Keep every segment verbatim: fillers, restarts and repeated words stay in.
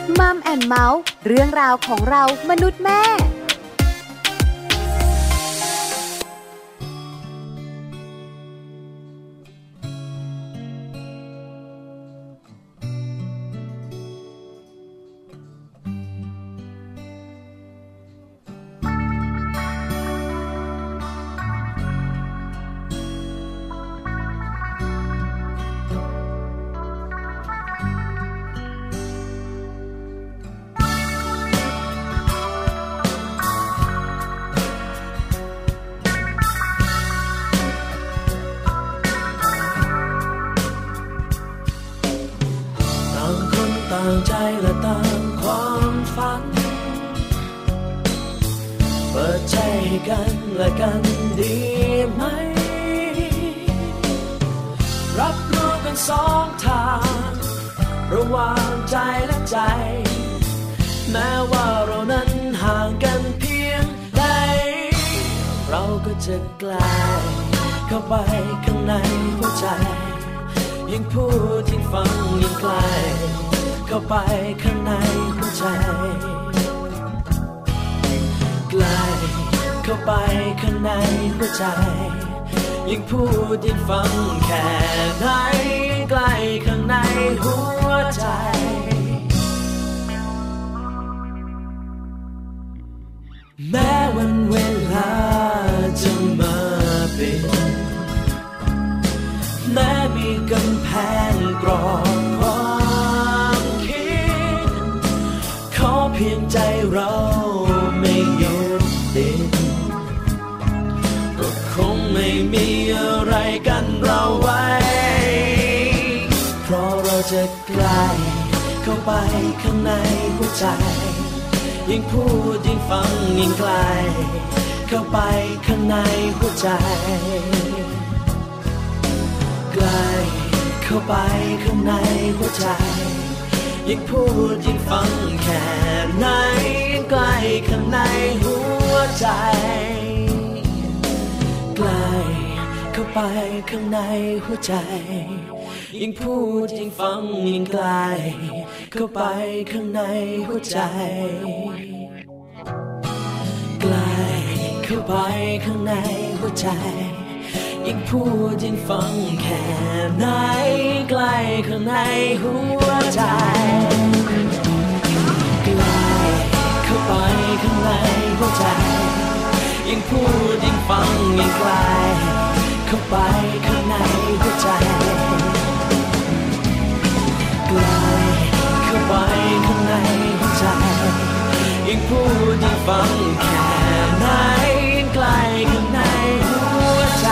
มัมแอนด์เมาส์เรื่องราวของเรามนุษย์แม่ต่างใจและต่างความฝันเปิดใจให้กันและกันดีไหมรับรู้กันสองทางระหว่างใจและใจแม้ว่าเรานั้นห่างกันเพียงใดเราก็จะใกล้เข้าไปข้างในหัวใจยิ่งพูดยิ่งฟังยิ่งไกลเข้าไปข้างในหัวใจใกล้เข้าไปข้างในหัวใจยิ่งพูดยิ่งฟังแค่ไหนใกล้ข้างในหัวใจแม้วันเวลาจะมาปิดแม้มีกำแพงกรอบความคิดขอเพียงใจเราไม่ยึดติดก็คงไม่มีอะไรกันเราไว้เพราะเราจะใกล้เข้าไปข้างในหัวใจยิ่งพูดยิ่งฟังยิ่งไกลเข้าไปข้างในหัวใจใกล้เข้าไปข้างในหัวใจยิ่งพูดยิ่งฟังแค่ไหนใกล้ข้างในหัวใจใกล้เข้าไปข้างในหัวใจยิ่งพูดยิ่งฟังยิ่งไกลเข้าไปข้างในหัวใจใกล้เข้าไปข้างในหัวใจยิ่งพูดยิ่งฟังแค่ไหนใกล้ข้างในหัวใจใกล้เข้าไปข้างในหัวใจยิ่งพูดยิ่งฟังยิ่งไกลเข้าไปข้างในหัวใจใกล้เข้าไปข้างในหัวใจยิ่งพูดยิ่งฟังแค่ไหนใกล้ข้างในหัวใจ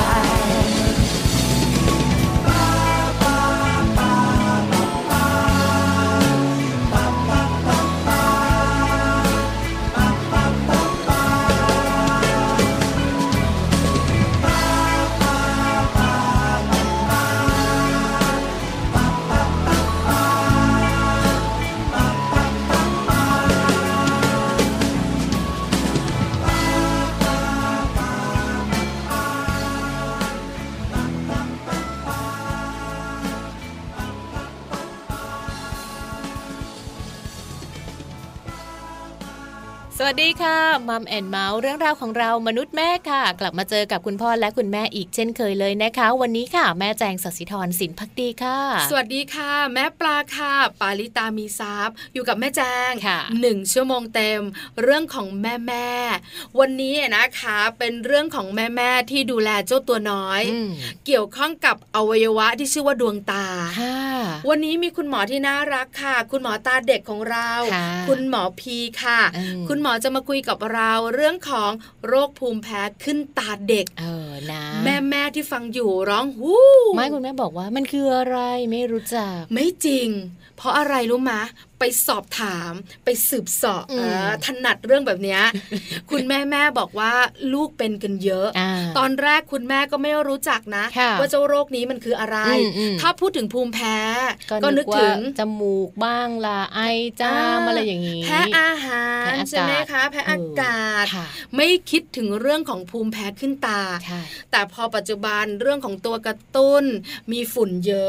สวัสดีค่ะมัมแอนด์เมาส์เรื่องราวของเรามนุษย์แม่ค่ะกลับมาเจอกับคุณพ่อและคุณแม่อีกเช่นเคยเลยนะคะวันนี้ค่ะแม่แจงศศิธรสินภักดีค่ะสวัสดีค่ะแม่ปลาค่ะปาลิตามีซับอยู่กับแม่แจงหนึ่งชั่วโมงเต็มเรื่องของแม่แม่วันนี้นะคะเป็นเรื่องของแม่แม่ที่ดูแลเจ้าตัวน้อยเกี่ยวข้องกับอวัยวะที่ชื่อว่าดวงตาวันนี้มีคุณหมอที่น่ารักค่ะคุณหมอตาเด็กของเราคุณหมอพีค่ะคุณหมอจะมาคุยกับเราเรื่องของโรคภูมิแพ้ขึ้นตาเด็กเออนะแม่แม่ที่ฟังอยู่ร้องฮู้ไม่คุณแม่บอกว่ามันคืออะไรไม่รู้จักไม่จริงเพราะอะไรรู้มะไปสอบถามไปสืบเสาะถนัดเรื่องแบบนี้ คุณแม่แม่บอกว่าลูกเป็นกันเยอะตอนแรกคุณแม่ก็ไม่รู้จักนะว่าเจ้าโรคนี้มันคืออะไรถ้าพูดถึงภูมิแพ้ก็นึกถึงจมูกบ้างละไอจามอะไรอย่างนี้แพ้อาหารใช่ไหมคะแพ้อากาศไม่คิดถึงเรื่องของภูมิแพ้ขึ้นตาแต่พอปัจจุบันเรื่องของตัวกระตุ้นมีฝุ่นเยอะ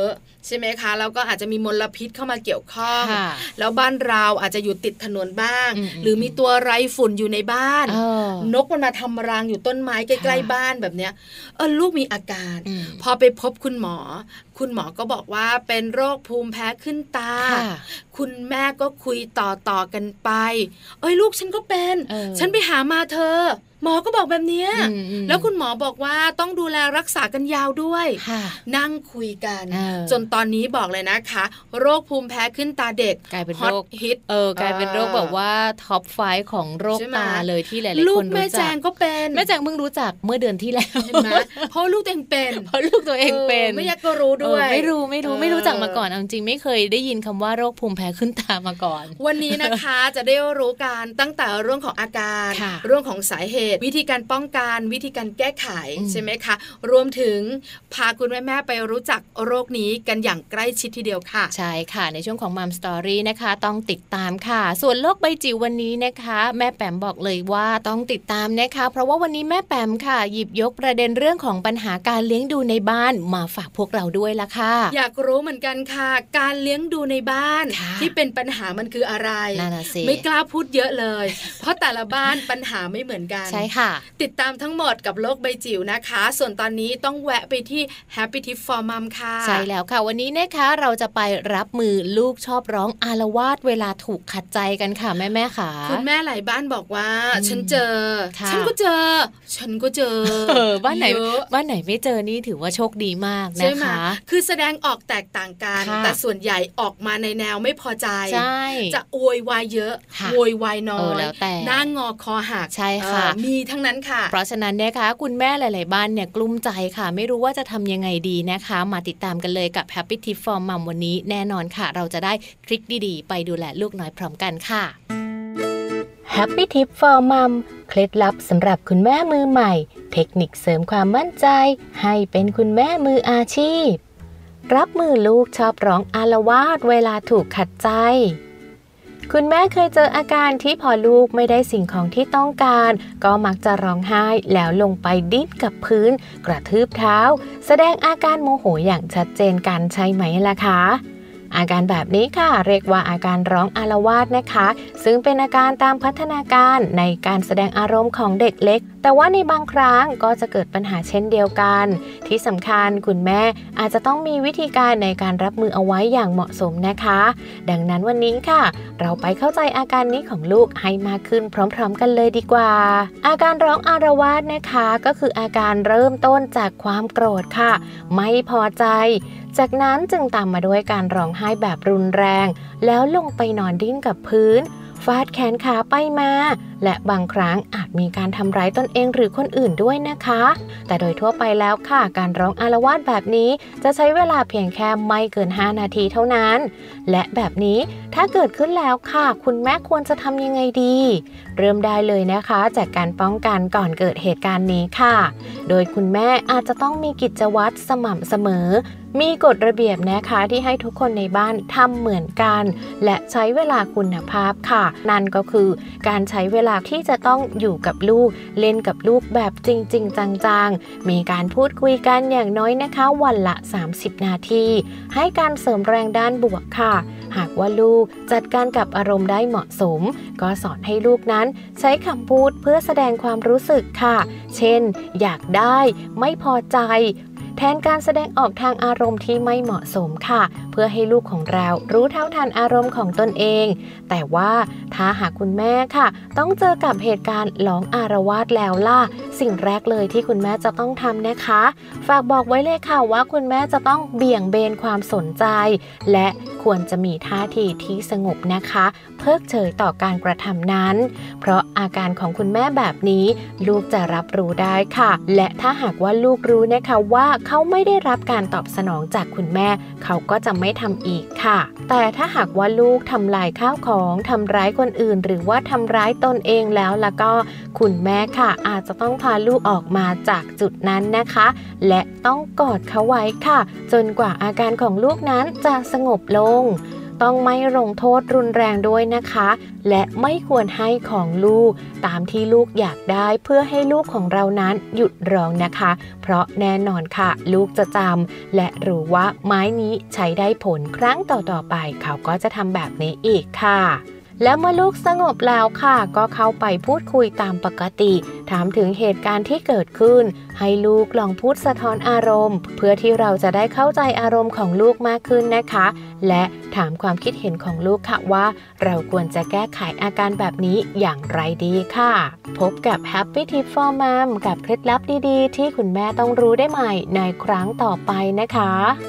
ใช่ไหมคะแล้วก็อาจจะมีมลพิษเข้ามาเกี่ยวข้องแล้วบ้านเราอาจจะอยู่ติดถนนบ้างหรือมีตัวไรฝุ่นอยู่ในบ้านนกมันมาทำรังอยู่ต้นไม้ใกล้ๆบ้านแบบเนี้ยเออลูกมีอาการพอไปพบคุณหมอคุณหมอก็บอกว่าเป็นโรคภูมิแพ้ขึ้นตาคุณแม่ก็คุยต่อต่อกันไปเอ้ยลูกฉันก็เป็นฉันไปหามาเธอหมอก็บอกแบบนี้แล้วคุณหมอบอกว่าต้องดูแลรักษากันยาวด้วยนั่งคุยกันจนตอนนี้บอกเลยนะคะโรคภูมิแพ้ขึ้นตาเด็กกลายเป็นโรคฮิตเออกลายเป็นโรคแบบว่าท็อปไฟว์ของโรคตาเลยที่หลายๆคนรู้จักลูกแม่แจงก็เป็นแม่แจงเพิ่งรู้จักเมื่อเดือนที่แล้วเห็นไหมเพราะลูกตัวเองเป็นเพราะลูกตัวเองเป็นไม่อยากก็รู้ด้วยไม่รู้ไม่รู้ไม่รู้จักมาก่อนจริงๆไม่เคยได้ยินคำว่าโรคภูมิแพ้ขึ้นตามาก่อนวันนี้นะคะจะได้รู้กันตั้งแต่เรื่องของอาการเรื่องของสาเหตุวิธีการป้องการวิธีการแก้ไขใช่ไหมคะรวมถึงพาคุณแม่ๆไปรู้จักโรคนี้กันอย่างใกล้ชิดทีเดียวค่ะใช่ค่ะในช่วงของ Mom Story นะคะต้องติดตามค่ะส่วนโลกใบจิ๋ววันนี้นะคะแม่แปมบอกเลยว่าต้องติดตามนะคะเพราะว่าวันนี้แม่แปมค่ะหยิบยกประเด็นเรื่องของปัญหาการเลี้ยงดูในบ้านมาฝากพวกเราด้วยละค่ะอยากรู้เหมือนกันค่ะการเลี้ยงดูในบ้านที่เป็นปัญหามันคืออะไรไม่กล้าพูดเยอะเลยเพราะแต่ละบ้านปัญหาไม่เหมือนกันใช่ค่ะติดตามทั้งหมดกับโลกใบจิ๋วนะคะส่วนตอนนี้ต้องแวะไปที่ Happy Tip for Mom ค่ะใช่แล้วค่ะวันนี้นะคะเราจะไปรับมือลูกชอบร้องอาละวาดเวลาถูกขัดใจกันค่ะแม่แม่ค่ะคุณแม่หลายบ้านบอกว่าฉันเจอฉันก็เจอฉันก็เจอบ้านไหนบ้านไหนไม่เจอนี่ถือว่าโชคดีมากนะคะคือแสดงออกแตกต่างกันแต่ส่วนใหญ่ออกมาในแนวไม่พอใจจะโวยวายเยอะโวยวายน้อยหน้างอคอหักใช่ค่ะมีทั้งนั้นค่ะเพราะฉะนั้นนะคะคุณแม่หลายๆบ้านเนี่ยกลุ้มใจค่ะไม่รู้ว่าจะทำยังไงดีนะคะมาติดตามกันเลยกับ Happy Tip for Mom วันนี้แน่นอนค่ะเราจะได้ทริคดีๆไปดูแลลูกน้อยพร้อมกันค่ะ Happy Tip for Mom เคล็ดลับสำหรับคุณแม่มือใหม่เทคนิคเสริมความมั่นใจให้เป็นคุณแม่มืออาชีพรับมือลูกชอบร้องอาละวาดเวลาถูกขัดใจคุณแม่เคยเจออาการที่พอลูกไม่ได้สิ่งของที่ต้องการก็มักจะร้องไห้แล้วลงไปดิ้นกับพื้นกระทืบเท้าแสดงอาการโมโหอย่างชัดเจนกันใช่ไหมล่ะคะอาการแบบนี้ค่ะเรียกว่าอาการร้องอาละวาดนะคะซึ่งเป็นอาการตามพัฒนาการในการแสดงอารมณ์ของเด็กเล็กแต่ว่าในบางครั้งก็จะเกิดปัญหาเช่นเดียวกันที่สำคัญคุณแม่อาจจะต้องมีวิธีการในการรับมือเอาไว้อย่างเหมาะสมนะคะดังนั้นวันนี้ค่ะเราไปเข้าใจอาการนี้ของลูกให้มากขึ้นพร้อมๆกันเลยดีกว่าอาการร้องอาละวาดนะคะก็คืออาการเริ่มต้นจากความโกรธค่ะไม่พอใจจากนั้นจึงตามมาด้วยการร้องไห้แบบรุนแรงแล้วลงไปนอนดิ้นกับพื้นฟาดแขนขาไปมาและบางครั้งอาจมีการทำร้ายตนเองหรือคนอื่นด้วยนะคะแต่โดยทั่วไปแล้วค่ะการร้องอาละวาดแบบนี้จะใช้เวลาเพียงแค่ไม่เกินห้านาทีเท่านั้นและแบบนี้ถ้าเกิดขึ้นแล้วค่ะคุณแม่ควรจะทำยังไงดีเริ่มได้เลยนะคะจากการป้องกันก่อนเกิดเหตุการณ์นี้ค่ะโดยคุณแม่อาจจะต้องมีกิจวัตรสม่ำเสมอมีกฎระเบียบนะคะที่ให้ทุกคนในบ้านทำเหมือนกันและใช้เวลาคุณภาพค่ะนั่นก็คือการใช้เวลาที่จะต้องอยู่กับลูกเล่นกับลูกแบบจริงๆจังๆมีการพูดคุยกันอย่างน้อยนะคะวันละสามสิบนาทีให้การเสริมแรงด้านบวกค่ะหากว่าลูกจัดการกับอารมณ์ได้เหมาะสมก็สอนให้ลูกนั้นใช้คำพูดเพื่อแสดงความรู้สึกค่ะเช่นอยากได้ไม่พอใจแทนการแสดงออกทางอารมณ์ที่ไม่เหมาะสมค่ะเพื่อให้ลูกของเรารู้เท่าทันอารมณ์ของตนเองแต่ว่าถ้าหากคุณแม่ค่ะต้องเจอกับเหตุการณ์ร้องอาละวาดแล้วล่ะสิ่งแรกเลยที่คุณแม่จะต้องทำนะคะฝากบอกไว้เลยค่ะว่าคุณแม่จะต้องเบี่ยงเบนความสนใจและควรจะมีท่าทีที่สงบนะคะเพิกเฉยต่อการกระทำนั้นเพราะอาการของคุณแม่แบบนี้ลูกจะรับรู้ได้ค่ะและถ้าหากว่าลูกรู้นะคะว่าเขาไม่ได้รับการตอบสนองจากคุณแม่เขาก็จะไม่ทำอีกค่ะแต่ถ้าหากว่าลูกทำลายข้าวของทำร้ายคนอื่นหรือว่าทำร้ายตนเองแล้วแล้วก็คุณแม่ค่ะอาจจะต้องพาลูกออกมาจากจุดนั้นนะคะและต้องกอดเขาไว้ค่ะจนกว่าอาการของลูกนั้นจะสงบลงต้องไม่ลงโทษรุนแรงด้วยนะคะและไม่ควรให้ของลูกตามที่ลูกอยากได้เพื่อให้ลูกของเรานั้นหยุดร้องนะคะเพราะแน่นอนค่ะลูกจะจำและรู้ว่าไม้นี้ใช้ได้ผลครั้งต่อๆไปเขาก็จะทำแบบนี้อีกค่ะแล้วเมื่อลูกสงบแล้วค่ะก็เข้าไปพูดคุยตามปกติถามถึงเหตุการณ์ที่เกิดขึ้นให้ลูกลองพูดสะท้อนอารมณ์เพื่อที่เราจะได้เข้าใจอารมณ์ของลูกมากขึ้นนะคะและถามความคิดเห็นของลูกค่ะว่าเราควรจะแก้ไขอาการแบบนี้อย่างไรดีค่ะพบกับ Happy Tip for Mom กับเคล็ดลับดีๆที่คุณแม่ต้องรู้ได้ใหม่ในครั้งต่อไปนะคะ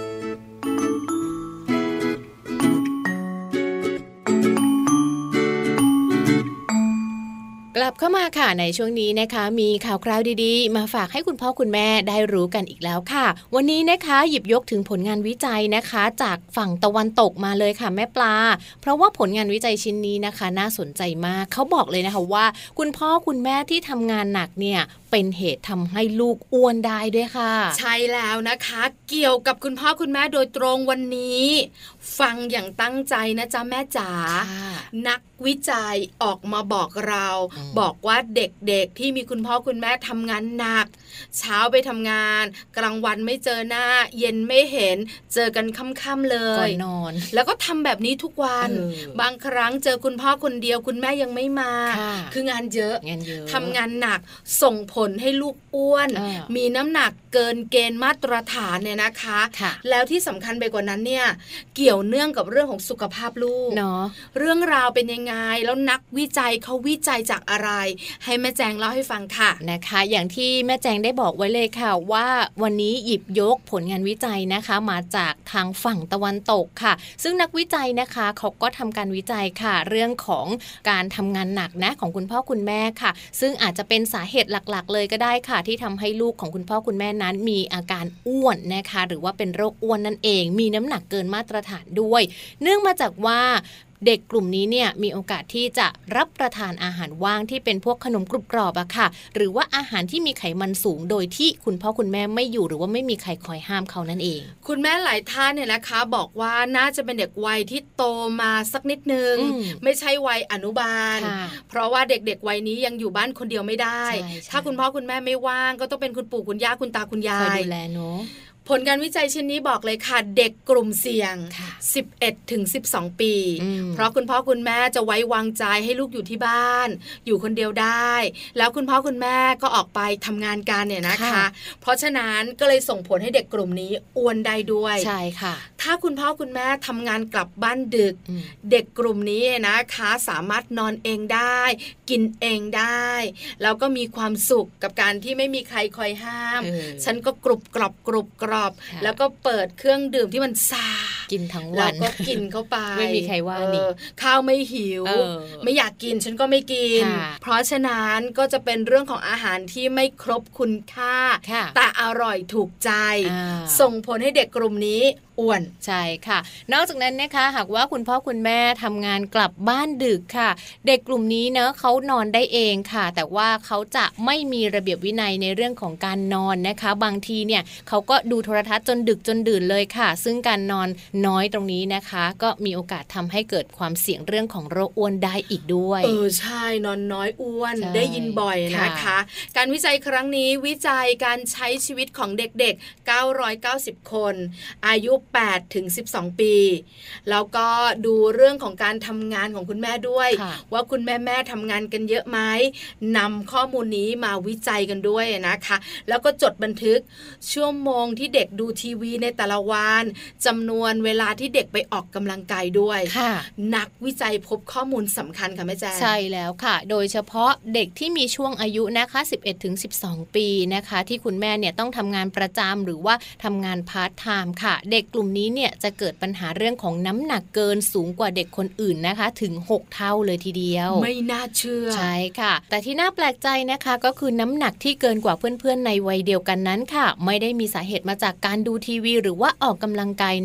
กลับเข้ามาค่ะในช่วงนี้นะคะมีข่าวคราวดีๆมาฝากให้คุณพ่อคุณแม่ได้รู้กันอีกแล้วค่ะวันนี้นะคะหยิบยกถึงผลงานวิจัยนะคะจากฝั่งตะวันตกมาเลยค่ะแม่ปลาเพราะว่าผลงานวิจัยชิ้นนี้นะคะน่าสนใจมากเขาบอกเลยนะคะว่าคุณพ่อคุณแม่ที่ทำงานหนักเนี่ยเป็นเหตุทำให้ลูกอ้วนได้ด้วยค่ะใช่แล้วนะคะเกี่ยวกับคุณพ่อคุณแม่โดยตรงวันนี้ฟังอย่างตั้งใจนะจ๊ะแม่จ๋านักวิจัยออกมาบอกเราบอกว่าเด็กๆที่มีคุณพ่อคุณแม่ทำงานหนักเช้าไปทำงานกลางวันไม่เจอหน้าเย็นไม่เห็นเจอกันค่ำๆเลยก่อนนอนแล้วก็ทำแบบนี้ทุกวันบางครั้งเจอคุณพ่อคนเดียวคุณแม่ยังไม่มาคืองานเยอะทำงานหนักส่งผลให้ลูกอ้วนมีน้ำหนักเกินเกณฑ์มาตรฐานเนี่ยนะคะแล้วที่สำคัญไปกว่านั้นเนี่ยเกี่ยวเนื่องกับเรื่องของสุขภาพลูกเนาะเรื่องราวเป็นยังไงแล้วนักวิจัยเขาวิจัยจากอะไรให้แม่แจงเล่าให้ฟังค่ะนะคะอย่างที่แม่แจงได้บอกไว้เลยค่ะว่าวันนี้หยิบยกผลงานวิจัยนะคะมาจากทางฝั่งตะวันตกค่ะซึ่งนักวิจัยนะคะเขาก็ทำการวิจัยค่ะเรื่องของการทำงานหนักนะของคุณพ่อคุณแม่ค่ะซึ่งอาจจะเป็นสาเหตุหลักๆเลยก็ได้ค่ะที่ทำให้ลูกของคุณพ่อคุณแม่นั้นมีอาการอ้วนนะคะหรือว่าเป็นโรคอ้วนนั่นเองมีน้ำหนักเกินมาตรฐานด้วยเนื่องมาจากว่าเด็กกลุ่มนี้เนี่ยมีโอกาสที่จะรับประทานอาหารว่างที่เป็นพวกขนมกรุบกรอบอะค่ะหรือว่าอาหารที่มีไขมันสูงโดยที่คุณพ่อคุณแม่ไม่อยู่หรือว่าไม่มีใครคอยห้ามเขานั่นเองคุณแม่หลายท่านเนี่ยนะคะบอกว่าน่าจะเป็นเด็กวัยที่โตมาสักนิดนึงไม่ใช่วัยอนุบาลเพราะว่าเด็กๆวัยนี้ยังอยู่บ้านคนเดียวไม่ได้ถ้าคุณพ่อคุณแม่ไม่ว่างก็ต้องเป็นคุณปู่คุณย่าคุณตาคุณยายคอยดูแลเนาะผลการวิจัยชิ้นนี้บอกเลยค่ะเด็กกลุ่มเสี่ยง สิบเอ็ดถึงสิบสอง ปีเพราะคุณพ่อคุณแม่จะไว้วางใจให้ลูกอยู่ที่บ้านอยู่คนเดียวได้แล้วคุณพ่อคุณแม่ก็ออกไปทำงานกันเนี่ยนะคะเพราะฉะนั้นก็เลยส่งผลให้เด็กกลุ่มนี้อ้วนได้ด้วยใช่ค่ะถ้าคุณพ่อคุณแม่ทำงานกลับบ้านดึกเด็กกลุ่มนี้นะคะสามารถนอนเองได้กินเองได้แล้วก็มีความสุขกับการที่ไม่มีใครคอยห้ามฉันก็กรุบกรอบกรุบกรอบแล้วก็เปิดเครื่องดื่มที่มันซากินทั้งวันแล้วก็กินเข้าไปไม่มีใครว่านี่ข้าวไม่หิวไม่อยากกินฉันก็ไม่กินเพราะฉะนั้นก็จะเป็นเรื่องของอาหารที่ไม่ครบคุณค่าแต่อร่อยถูกใจส่งผลให้เด็กกลุ่มนี้อ้วนใช่ค่ะนอกจากนั้นนะคะหากว่าคุณพ่อคุณแม่ทำงานกลับบ้านดึกค่ะเด็กกลุ่มนี้เนอะเขานอนได้เองค่ะแต่ว่าเขาจะไม่มีระเบียบวินัยในเรื่องของการนอนนะคะบางทีเนี่ยเขาก็ดูโทรทัศน์จนดึกจนดื่นเลยค่ะซึ่งการนอนน้อยตรงนี้นะคะก็มีโอกาสทำให้เกิดความเสี่ยงเรื่องของโรคอ้วนได้อีกด้วยเออใช่นอนน้อยอ้วนได้ยินบ่อยนะคะการวิจัยครั้งนี้วิจัยการใช้ชีวิตของเด็กๆเก้าร้อยเก้าสิบคนอายุแปดถึงสิบสองปีแล้วก็ดูเรื่องของการทำงานของคุณแม่ด้วยว่าคุณแม่แม่ทำงานกันเยอะไหมนำข้อมูลนี้มาวิจัยกันด้วยนะคะแล้วก็จดบันทึกชั่วโมงที่เด็กดูทีวีในแต่ละวันจำนวนเวลาที่เด็กไปออกกำลังกายด้วยนักวิจัยพบข้อมูลสำคัญค่ะแม่แจ้งใช่แล้วค่ะโดยเฉพาะเด็กที่มีช่วงอายุนะคะสิบเอ็ดถึงสิบสองปีนะคะที่คุณแม่เนี่ยต้องทำงานประจำหรือว่าทำงานพาร์ทไทม์ค่ะเด็กกลุ่มนี้เนี่ยจะเกิดปัญหาเรื่องของน้ำหนักเกินสูงกว่าเด็กคนอื่นนะคะถึงหกเท่าเลยทีเดียวไม่น่าเชื่อใช่ค่ะแต่ที่น่าแปลกใจนะคะก็คือน้ำหนักที่เกินกว่าเพื่อนๆในวัยเดียวกันนั้นค่ะไม่ได้มีสาเหตุมาจากการดูทีวีหรือว่าออกกำลังกายน้อยนะ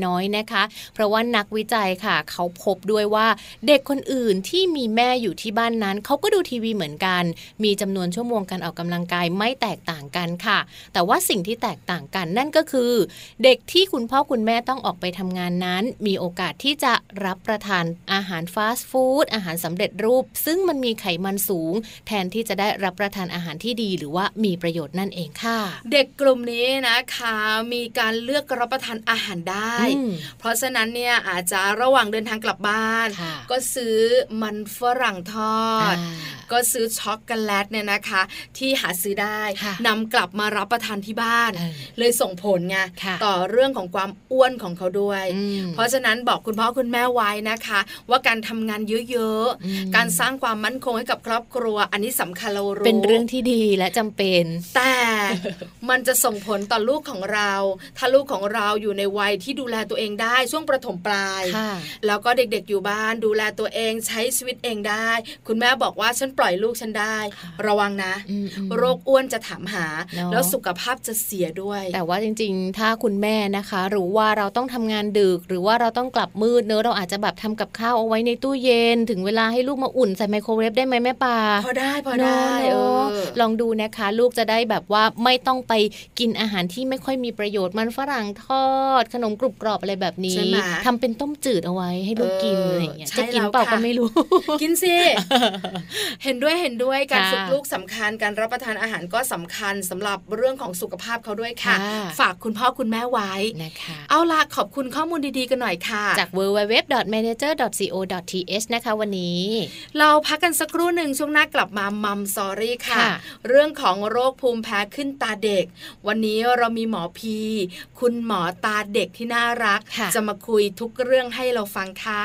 นะคะเพราะว่านักวิจัยค่ะเขาพบด้วยว่าเด็กคนอื่นที่มีแม่อยู่ที่บ้านนั้นเขาก็ดูทีวีเหมือนกันมีจำนวนชั่วโมงการออกกำลังกายไม่แตกต่างกันค่ะแต่ว่าสิ่งที่แตกต่างกันนั่นก็คือเด็กที่คุณพ่อคุณแม่ต้องออกไปทำงานนั้นมีโอกาสที่จะรับประทานอาหารฟาสต์ฟู้ดอาหารสำเร็จรูปซึ่งมันมีไขมันสูงแทนที่จะได้รับประทานอาหารที่ดีหรือว่ามีประโยชน์นั่นเองค่ะเด็กกลุ่มนี้นะคะมีการเลือกรับประทานอาหารได้เพราะฉะนั้นเนี่ยอาจจะระหว่างเดินทางกลับบ้านก็ซื้อมันฝรั่งทอดก็ซื้อช็อกโกแลตเนี่ยนะคะที่หาซื้อได้นำกลับมารับประทานที่บ้านเลยส่งผลไงต่อเรื่องของความอ้วนของเขาด้วยเพราะฉะนั้นบอกคุณพ่อคุณแม่ไว้นะคะว่าการทำงานเยอะๆการสร้างความมั่นคงให้กับครอบครัวอันนี้สำคัญเรารู้เป็นเรื่องที่ดีและจำเป็นแต่มันจะส่งผลต่อลูกของเราถ้าลูกของเราอยู่ในวัยที่ดูแลตัวเองได้ช่วงประถมปลายแล้วก็เด็กๆอยู่บ้านดูแลตัวเองใช้ชีวิตเองได้คุณแม่บอกว่าฉันปล่อยลูกฉันได้ระวังนะโรคอ้วนจะถามหาแล้วสุขภาพจะเสียด้วยแต่ว่าจริงๆถ้าคุณแม่นะคะรู้ว่าเราต้องทำงานดึกหรือว่าเราต้องกลับมืดเนอะเราอาจจะแบบทำกับข้าวเอาไว้ในตู้เย็นถึงเวลาให้ลูกมาอุ่นใส่ไมโครเวฟได้ไหมแม่ปลาพอได้พอได้เออลองดูนะคะลูกจะได้แบบว่าไม่ต้องไปกินอาหารที่ไม่ค่อยมีประโยชน์มันฝรั่งทอดขนมกรุบกรอบอะไรแบบนี้ทำเป็นต้มจืดเอาไว้ให้ลูกกินอะไรอย่างเงี้ยจะกินเปล่าก็ไม่รู้กินสิเห็นด้วยเห็นด้วยการฝึกลูกสำคัญการรับประทานอาหารก็สำคัญสำหรับเรื่องของสุขภาพเขาด้วยค่ะฝากคุณพ่อคุณแม่ไว้นะคะเอาล่ะขอบคุณข้อมูลดีๆกันหน่อยค่ะจาก ดับเบิลยู ดับเบิลยู ดับเบิลยู ดอท แมเนเจอร์ ดอท ซี โอ ดอท ที เอช นะคะวันนี้เราพักกันสักครู่หนึ่งช่วงหน้ากลับมามัมสอรี่ค่ะเรื่องของโรคภูมิแพ้ขึ้นตาเด็กวันนี้เรามีหมอพีคุณหมอตาเด็กที่น่ารักจะมาคุยทุกเรื่องให้เราฟังค่ะ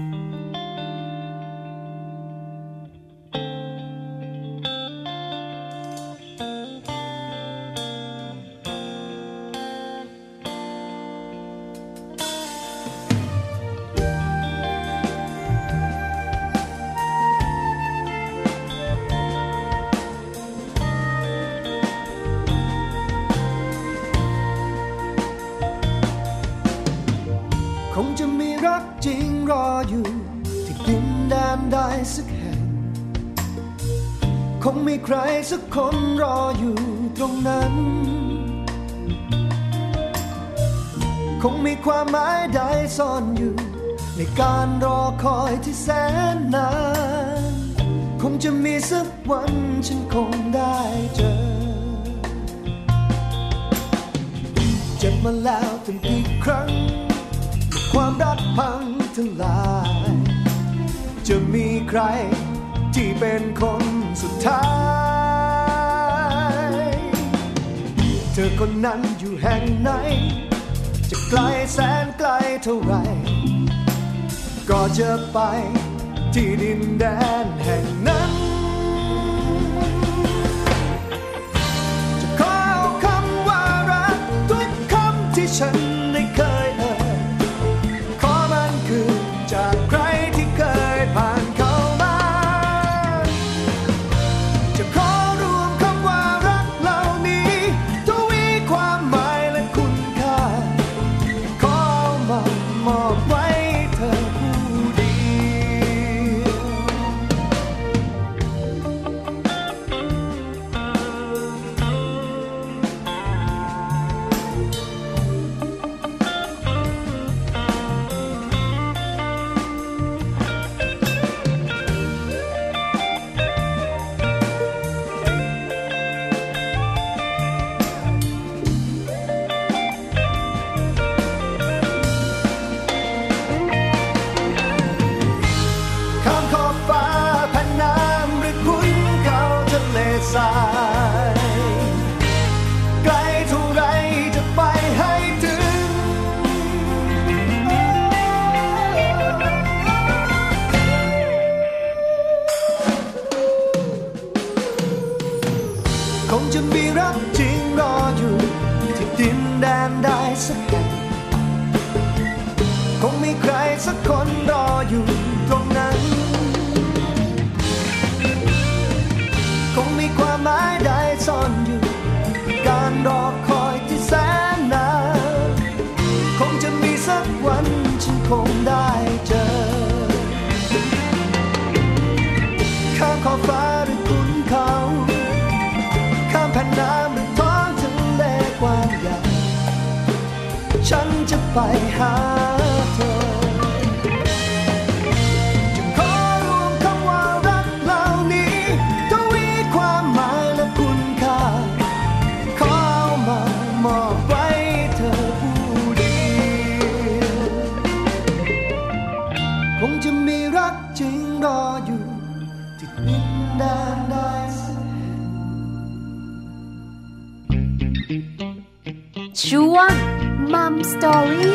คงจะมีรักจริงรออยู่ที่ดินแดนใดสักแห่งคงมีใครสักคนรออยู่ตรงนั้นคงมีความหมายใดซ่อนอยู่ในการรอคอยที่แสนนานคงจะมีสักวันฉันคงได้เจอเจ็บมาแล้วตั้งกี่ครั้งความรักพังทลายจะมีใครที่เป็นคนสุดท้ายเธอคนนั้นอยู่แห่งไหนจะไกลแสนไกลเท่าไรก็จะไปที่ดินแดนแห่งนั้นจะขอเอาคำว่ารักทุกคำที่ฉันได้เคยเอ่ยจากใครที่เคยผ่านเข้ามาจะขอรวมคำว่ารักเหล่านี้ทวีความหมายและคุณค่าขอเอามามอบไว้เธอผู้เดียวหาเธอจึงขอรวมคำว่ารักเหล่านี้ทวีความหมายและคุณค่าขอเอามามอบไว้เธอผู้เดียวคงจะมีรักจริงรออยู่ที่ดินแดนใดช่วงมัมสตอรี่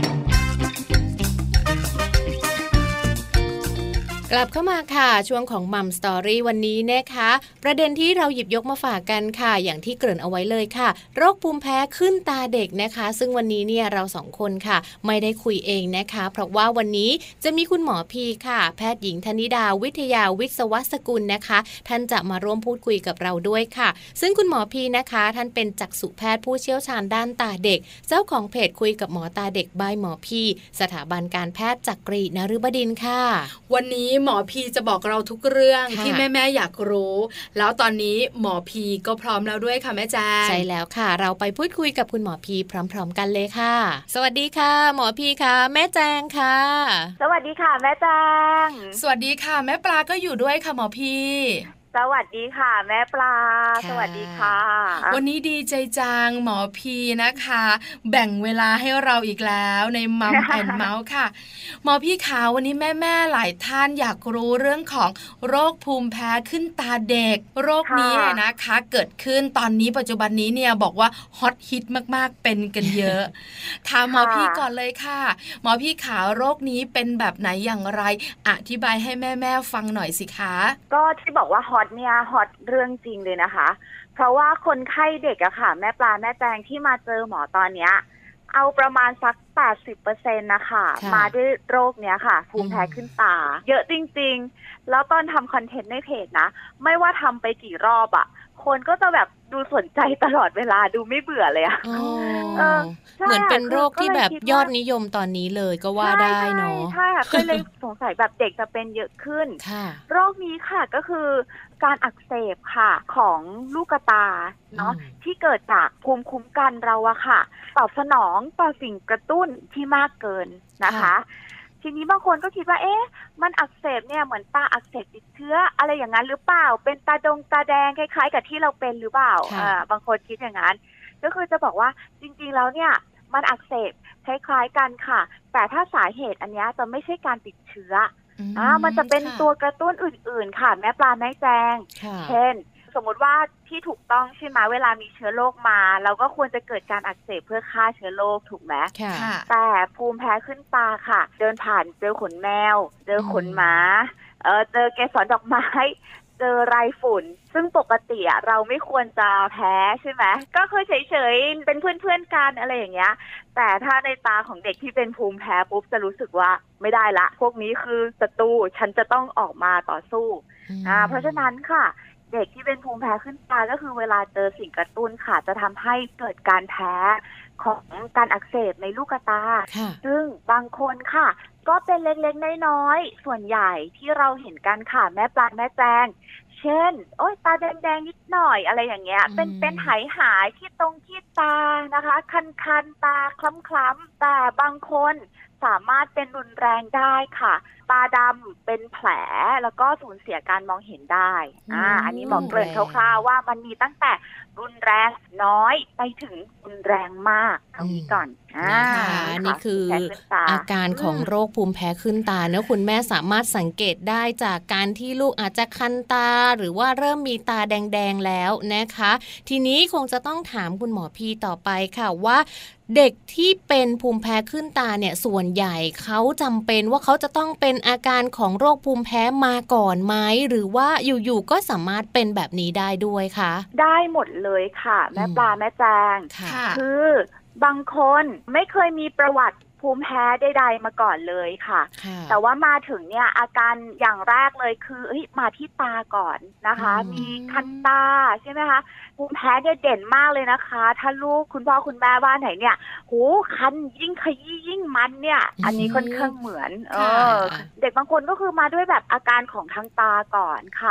กลับเข้ามาค่ะช่วงของมัมสตอรี่วันนี้นะคะประเด็นที่เราหยิบยกมาฝากกันค่ะอย่างที่เกริ่นเอาไว้เลยค่ะโรคภูมิแพ้ขึ้นตาเด็กนะคะซึ่งวันนี้เนี่ยเราสองคนค่ะไม่ได้คุยเองนะคะเพราะว่าวันนี้จะมีคุณหมอพีค่ะแพทย์หญิงธนิดาวิทยาวิศวสกุลนะคะท่านจะมาร่วมพูดคุยกับเราด้วยค่ะซึ่งคุณหมอพีนะคะท่านเป็นจักษุแพทย์ผู้เชี่ยวชาญด้านตาเด็กเจ้าของเพจคุยกับหมอตาเด็กบายหมอพีสถาบันการแพทย์จักรีนฤบดินทร์ค่ะวันนี้หมอพีจะบอกเราทุกเรื่องที่แม่ๆอยากรู้แล้วตอนนี้หมอพีก็พร้อมแล้วด้วยค่ะแม่แจ้งใช่แล้วค่ะเราไปพูดคุยกับคุณหมอพีพร้อมๆกันเลยค่ะสวัสดีค่ะหมอพีค่ะแม่แจงค่ะสวัสดีค่ะแม่แจงสวัสดีค่ะแม่ปลาก็อยู่ด้วยค่ะหมอพีสวัสดีค่ะแม่ปลาสวัสดีค่ะวันนี้ดีใจจังหมอพีนะคะแบ่งเวลาให้เราอีกแล้วในมัมแอนด์เมาส์ค่ะหมอพีขาวันนี้แม่ๆหลายท่านอยากรู้เรื่องของโรคภูมิแพ้ขึ้นตาเด็กโรคนี้นะคะเกิดขึ้นตอนนี้ปัจจุบันนี้เนี่ยบอกว่าฮอตฮิตมากๆเป็นกันเยอะถามหมอพีก่อนเลยค่ะหมอพีขาโรคนี้เป็นแบบไหนอย่างไรอธิบายให้แม่ๆฟังหน่อยสิคะก็ที่บอกว่าฮอตเนี่ยฮอตเรื่องจริงเลยนะคะเพราะว่าคนไข้เด็กอะค่ะแม่ปลาแม่แจงที่มาเจอหมอตอนเนี้ยเอาประมาณสัก แปดสิบเปอร์เซ็นต์ นะคะมาด้วยโรคเนี้ยค่ะภูมิแพ้ขึ้นตาเยอะจริงๆแล้วตอนทำคอนเทนต์ในเพจนะไม่ว่าทำไปกี่รอบอะคนก็จะแบบดูสนใจตลอดเวลาดูไม่เบื่อเลยอะเออเหมือนเป็นโรคที่แบบยอดนิยมตอนนี้เลยก็ว่าได้เนาะใช่ค่ะเคยเลยสงสัยแบบเด็กจะเป็นเยอะขึ้นโรคนี้ค่ะก็คือการอักเสบค่ะของลูกตาเนาะที่เกิดจากภูมิคุ้มกันเราอะค่ะตอบสนองต่อสิ่งกระตุ้นที่มากเกินนะคะทีนี้บางคนก็คิดว่าเอ๊ะมันอักเสบเนี่ยเหมือนตาอักเสบติดเชื้ออะไรอย่างนั้นหรือเปล่าเป็นตาดงตาแดงคล้ายๆกับที่เราเป็นหรือเปล่าอ่าบางคนคิดอย่างนั้นก็คือจะบอกว่าจริงๆแล้วเนี่ยมันอักเสบคล้ายๆกันค่ะแต่ถ้าสาเหตุอันนี้จะไม่ใช่การติดเชื้ออ่ามันจะเป็นตัวกระตุ้นอื่นๆค่ะแม่ปลาแม่แจงเช่นสมมติว่าที่ถูกต้องใช่ไหมเวลามีเชื้อโรคมาเราก็ควรจะเกิดการอักเสบเพื่อฆ่าเชื้อโรคถูกไหมแต่ภูมิแพ้ขึ้นตาค่ะเดินผ่านเจอขนแมวเจอขนหมาเออเจอเกสรดอกไม้เจอไรฝุ่นซึ่งปกติอ่ะเราไม่ควรจะแพ้ใช่ไหมก็คือเฉยๆเป็นเพื่อนๆกันอะไรอย่างเงี้ยแต่ถ้าในตาของเด็กที่เป็นภูมิแพ้ปุ๊บจะรู้สึกว่าไม่ได้ละพวกนี้คือศัตรูฉันจะต้องออกมาต่อสู้อ่าเพราะฉะนั้นค่ะเด็กที่เป็นภูมิแพ้ขึ้นตาก็คือเวลาเจอสิ่งกระตุ้นค่ะจะทำให้เกิดการแพ้ของการอักเสบในลูกตาซึ่งบางคนค่ะก็เป็นเล็กๆน้อยๆส่วนใหญ่ที่เราเห็นกันค่ะแม่ปลาแม่แจงเช่นโอ๊ยตาแดงๆนิดหน่อยอะไรอย่างเงี้ยเป็นเป็นหายหายที่ตรงที่ตานะคะคันๆตาคล้ำๆแต่บางคนสามารถเป็นรุนแรงได้ค่ะตาดำเป็นแผลแล้วก็สูญเสียการมองเห็นได้อ่าอันนี้หมอเกริ่นคร่าวๆว่ามันมีตั้งแต่รุนแรงน้อยไปถึงรุนแรงมากเท่านี้ก่อนนะคะนี่คืออาการของโรคภูมิแพ้ขึ้นตาเนอะคุณแม่สามารถสังเกตได้จากการที่ลูกอาจจะคันตาหรือว่าเริ่มมีตาแดงๆแล้วนะคะทีนี้คงจะต้องถามคุณหมอพีต่อไปค่ะว่าเด็กที่เป็นภูมิแพ้ขึ้นตาเนี่ยส่วนใหญ่เขาจำเป็นว่าเขาจะต้องเป็นอาการของโรคภูมิแพ้มาก่อนไหมหรือว่าอยู่ๆก็สามารถเป็นแบบนี้ได้ด้วยคะได้หมดเลยค่ะแม่ปลาแม่แจงคือบางคนไม่เคยมีประวัติภูมิแพ้ใดๆมาก่อนเลยค่ะแต่ว่ามาถึงเนี่ยอาการอย่างแรกเลยคือเฮ้ยมาที่ตาก่อนนะคะมีคันตาใช่ไหมคะภูมิแพ้เนี่ยเด่นมากเลยนะคะถ้าลูกคุณพ่อคุณแม่บ้านไหนเนี่ยหูคันยิ่งขยี้ยิ่งมันเนี่ยอันนี้ค่อนข้างเหมือนเออเด็กบางคนก็คือมาด้วยแบบอาการของทางตาก่อนค่ะ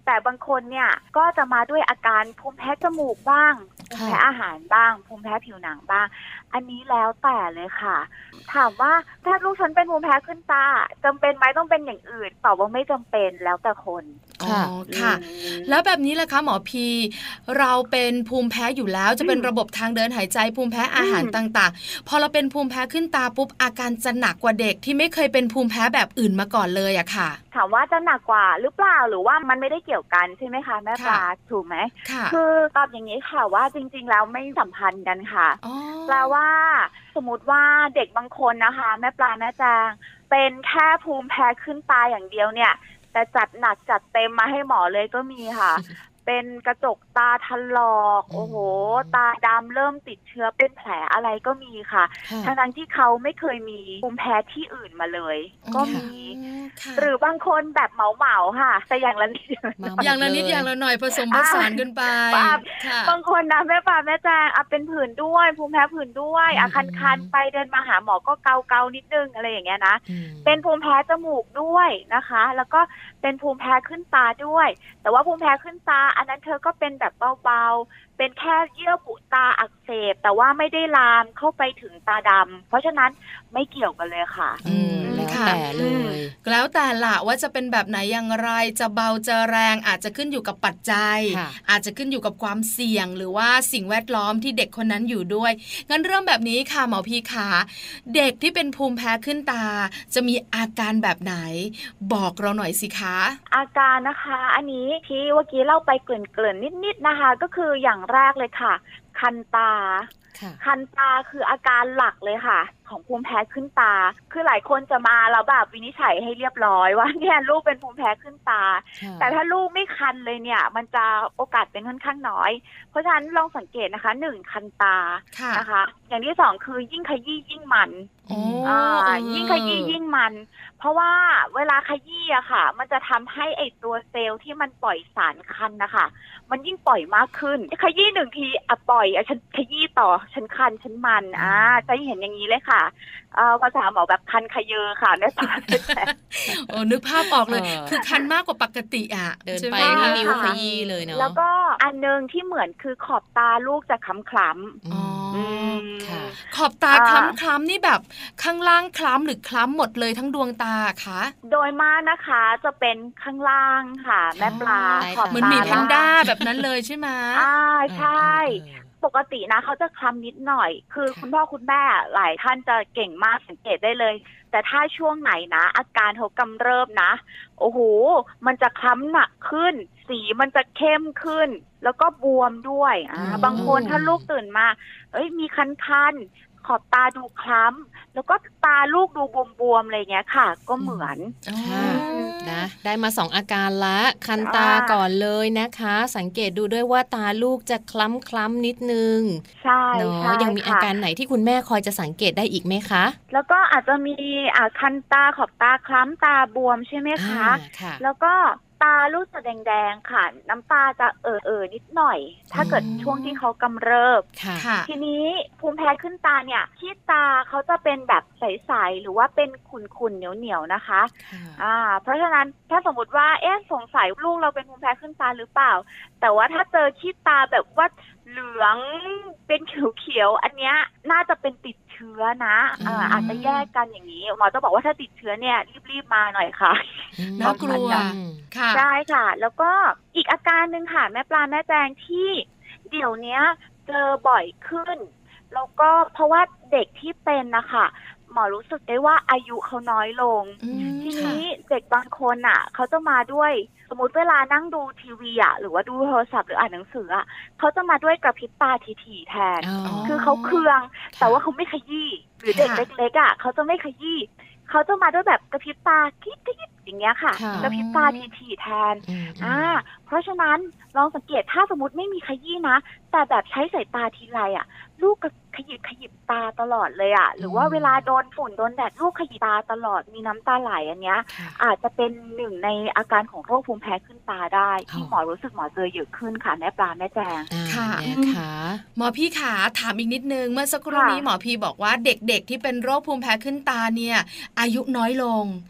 แต่บางคนเนี่ยก็จะมาด้วยอาการภูมิแพ้จมูกบ้างภูมิแพ้อาหารบ้างภูมิแพ้ผิวหนังบ้างอันนี้แล้วแต่เลยค่ะถามว่าถ้าลูกฉันเป็นภูมิแพ้ขึ้นตาจำเป็นไหมต้องเป็นอย่างอื่นตอบว่าไม่จำเป็นแล้วแต่คนอ๋อค่ะแล้วแบบนี้ล่ะคะหมอพีเราเป็นภูมิแพ้อยู่แล้วจะเป็นระบบทางเดินหายใจภูมิแพ้อาหารต่างๆพอเราเป็นภูมิแพ้ขึ้นตาปุ๊บอาการจะหนักกว่าเด็กที่ไม่เคยเป็นภูมิแพ้แบบอื่นมาก่อนเลยอะค่ะถามว่าจะหนักกว่าหรือเปล่าหรือว่ามันไม่ได้เกี่ยวกันใช่ไหมคะแม่ปลาถูกไหมคือตอบอย่างนี้ค่ะว่าจริงๆแล้วไม่สัมพันธ์กันค่ะแปลว่าสมมติว่าเด็กบางคนนะคะแม่ปลาแม่แจงเป็นแค่ภูมิแพ้ขึ้นตาอย่างเดียวเนี่ยแต่จัดหนักจัดเต็มมาให้หมอเลยก็มีค่ะ เป็นกระจกตาถลอกโอ้โหตาดำเริ่มติดเชื้อเป็นแผลอะไรก็มีค่ะทั้งๆที่เขาไม่เคยมีภูมิแพ้ที่อื่นมาเลยก็มีหรือบางคนแบบเหมาๆค่ะแต่อย่างละนิดอย่างละนิดอย่างละหน่อยผสมผสานกันไปบางคนนะแม่ป่าแม่แจงอ่ะเป็นผื่นด้วยภูมิแพ้ผื่นด้วยอ่ะคันๆไปเดินมาหาหมอก็เกาๆนิดนึงอะไรอย่างเงี้ยนะเป็นภูมิแพ้จมูกด้วยนะคะแล้วก็เป็นภูมิแพ้ขึ้นตาด้วยแต่ว่าภูมิแพ้ขึ้นตาอันนั้นเธอก็เป็นแบบเบาๆเป็นแค่เยื่อบุตาอักเสบแต่ว่าไม่ได้ลามเข้าไปถึงตาดำเพราะฉะนั้นไม่เกี่ยวกันเลยค่ะอืมแล้วแต่เลยแล้วแต่ละว่าจะเป็นแบบไหนอย่างไรจะเบาจะแรงอาจจะขึ้นอยู่กับปัจจัยอาจจะขึ้นอยู่กับความเสี่ยงหรือว่าสิ่งแวดล้อมที่เด็กคนนั้นอยู่ด้วยงั้นเรื่องแบบนี้ค่ะหมอพีขาเด็กที่เป็นภูมิแพ้ขึ้นตาจะมีอาการแบบไหนบอกเราหน่อยสิคะอาการนะคะอันนี้ที่เมื่อกี้เล่าไปเกริ่นๆนิดๆนะคะก็คืออย่างแรกเลยค่ะคันตาคันตาคืออาการหลักเลยค่ะของภูมิแพ้ขึ้นตาคือหลายคนจะมาแล้วแบบวินิจฉัยให้เรียบร้อยว่าเนี่ยลูกเป็นภูมิแพ้ขึ้นตาแต่ถ้าลูกไม่คันเลยเนี่ยมันจะโอกาสเป็นค่อนข้างน้อยเพราะฉะนั้นลองสังเกตนะคะหนึ่งคันตานะคะอย่างที่สองคือยิ่งขยี้ยิ่งมันอ่ายิ่งขยี้ยิ่งมันเพราะว่าเวลาขยี้อะค่ะมันจะทำให้ไอตัวเซลล์ที่มันปล่อยสารคันนะคะมันยิ่งปล่อยมากขึ้นขยี้หนึ่งทีอ่ะปล่อยอ่ะฉันขยี้ต่อฉันคันฉันมันอ่าจะเห็นอย่างนี้เลยค่ะเอ่อภาษาหมอแบบคันขยเยอค่ะแม่ตาโอ้นึกภาพออกเลยคือคันมากกว่าปกติอ่ะเดินไปนี่นิ้วขยี้เลยเนาะแล้วก็อันนึงที่เหมือนคือขอบตาลูกจะคล้ำๆอ๋อค่ะขอบตาคล้ำๆนี่แบบข้างล่างคล้ำหรือคล้ำหมดเลยทั้งดวงตาคะโดยมากนะคะจะเป็นข้างล่างค่ะแม่ปลาขอบตาเหมือนมีแพนด้าแบบนั้นเลยใช่ไหมอ่าใช่ปกตินะเขาจะคล้ำนิดหน่อยคือคุณพ่อคุณแม่หลายท่านจะเก่งมากสังเกตได้เลยแต่ถ้าช่วงไหนนะอาการเขากำเริบนะโอ้โหมันจะคล้ำหนักขึ้นสีมันจะเข้มขึ้นแล้วก็บวมด้วยอ่าบางคนถ้าลูกตื่นมาเอ้ยมีคันๆขอบตาดูคล้ำแล้วก็ตาลูกดูบวมๆอะไรเงี้ยค่ะก็เหมือนนะได้มาสองอาการละคันตาก่อนเลยนะคะสังเกตดูด้วยว่าตาลูกจะคล้ำคล้ำนิดนึงใช่เนาะยังมีอาการไหนที่คุณแม่คอยจะสังเกตได้อีกไหมคะแล้วก็อาจจะมีอ่าคันตาขอบตาคล้ำตาบวมใช่ไหมคะแล้วก็ตาลูกจะแดงๆค่ะน้ำตาจะเอ่อๆนิดหน่อยถ้าเกิดช่วงที่เขากำเริบทีนี้ภูมิแพ้ขึ้นตาเนี่ยที่ตาเขาจะเป็นแบบใสๆหรือว่าเป็นขุ่นๆเหนียวๆนะคะอ่าเพราะฉะนั้นถ้าสมมติว่าเอ๊ะสงสัยลูกเราเป็นภูมิแพ้ขึ้นตาหรือเปล่าแต่ว่าถ้าเจอที่ตาแบบว่าเหลืองเป็นเขียวๆอันเนี้ยน่าจะเป็นติดเชื้อนะอ่าอาจจะแยกกันอย่างนี้หมอจะบอกว่าถ้าติดเชื้อเนี่ยรีบๆมาหน่อยค่ะน่ากลัวค่ะใช่ค่ะแล้วก็อีกอาการนึงค่ะแม่ปลาแม่แจงที่เดี๋ยวนี้เจอบ่อยขึ้นแล้วก็เพราะว่าเด็กที่เป็นนะคะหมอรู้สึกได้ว่าอายุเขาน้อยลงทีนี้เด็กบางคนอ่ะเขาจะมาด้วยสมมติเวลานั่งดูทีวีอ่ะหรือว่าดูโทรศัพท์หรืออ่านหนังสืออ่ะเขาจะมาด้วยกระพริบตาถี่ๆแทนคือเขาเคืองแต่ว่าเขาไม่ขยี้หรือเด็กเล็กๆอ่ะเขาจะไม่ขยี้เขาจะมาด้วยแบบกระพริบตากิ๊บๆอย่างเงี้ยค่ะกระพริบตาถี่ๆแทนอ่าเพราะฉะนั้นลองสังเกตถ้าสมมติไม่มีขยี้นะแต่แบบใช้สายตาทีไรอ่ะลูกก็ขยิบขยิบตาตลอดเลยอ่ะหรือว่าเวลาโดนฝุ่นโดนแดดลูกขยิบตาตลอดมีน้ำตาไหลอันเนี้ยอาจจะเป็นหนึ่งในอาการของโรคภูมิแพ้ขึ้นตาได้ที่หมอรู้สึกหมอเจอเยอะขึ้นค่ะแม่ปลาแม่แจงค่ะนะคะหมอพี่ขาถามอีกนิดนึงเมื่อสักครู่นี้หมอพี่บอกว่าเด็กๆที่เป็นโรคภูมิแพ้ขึ้นตาเนี่ยอายุน้อยลง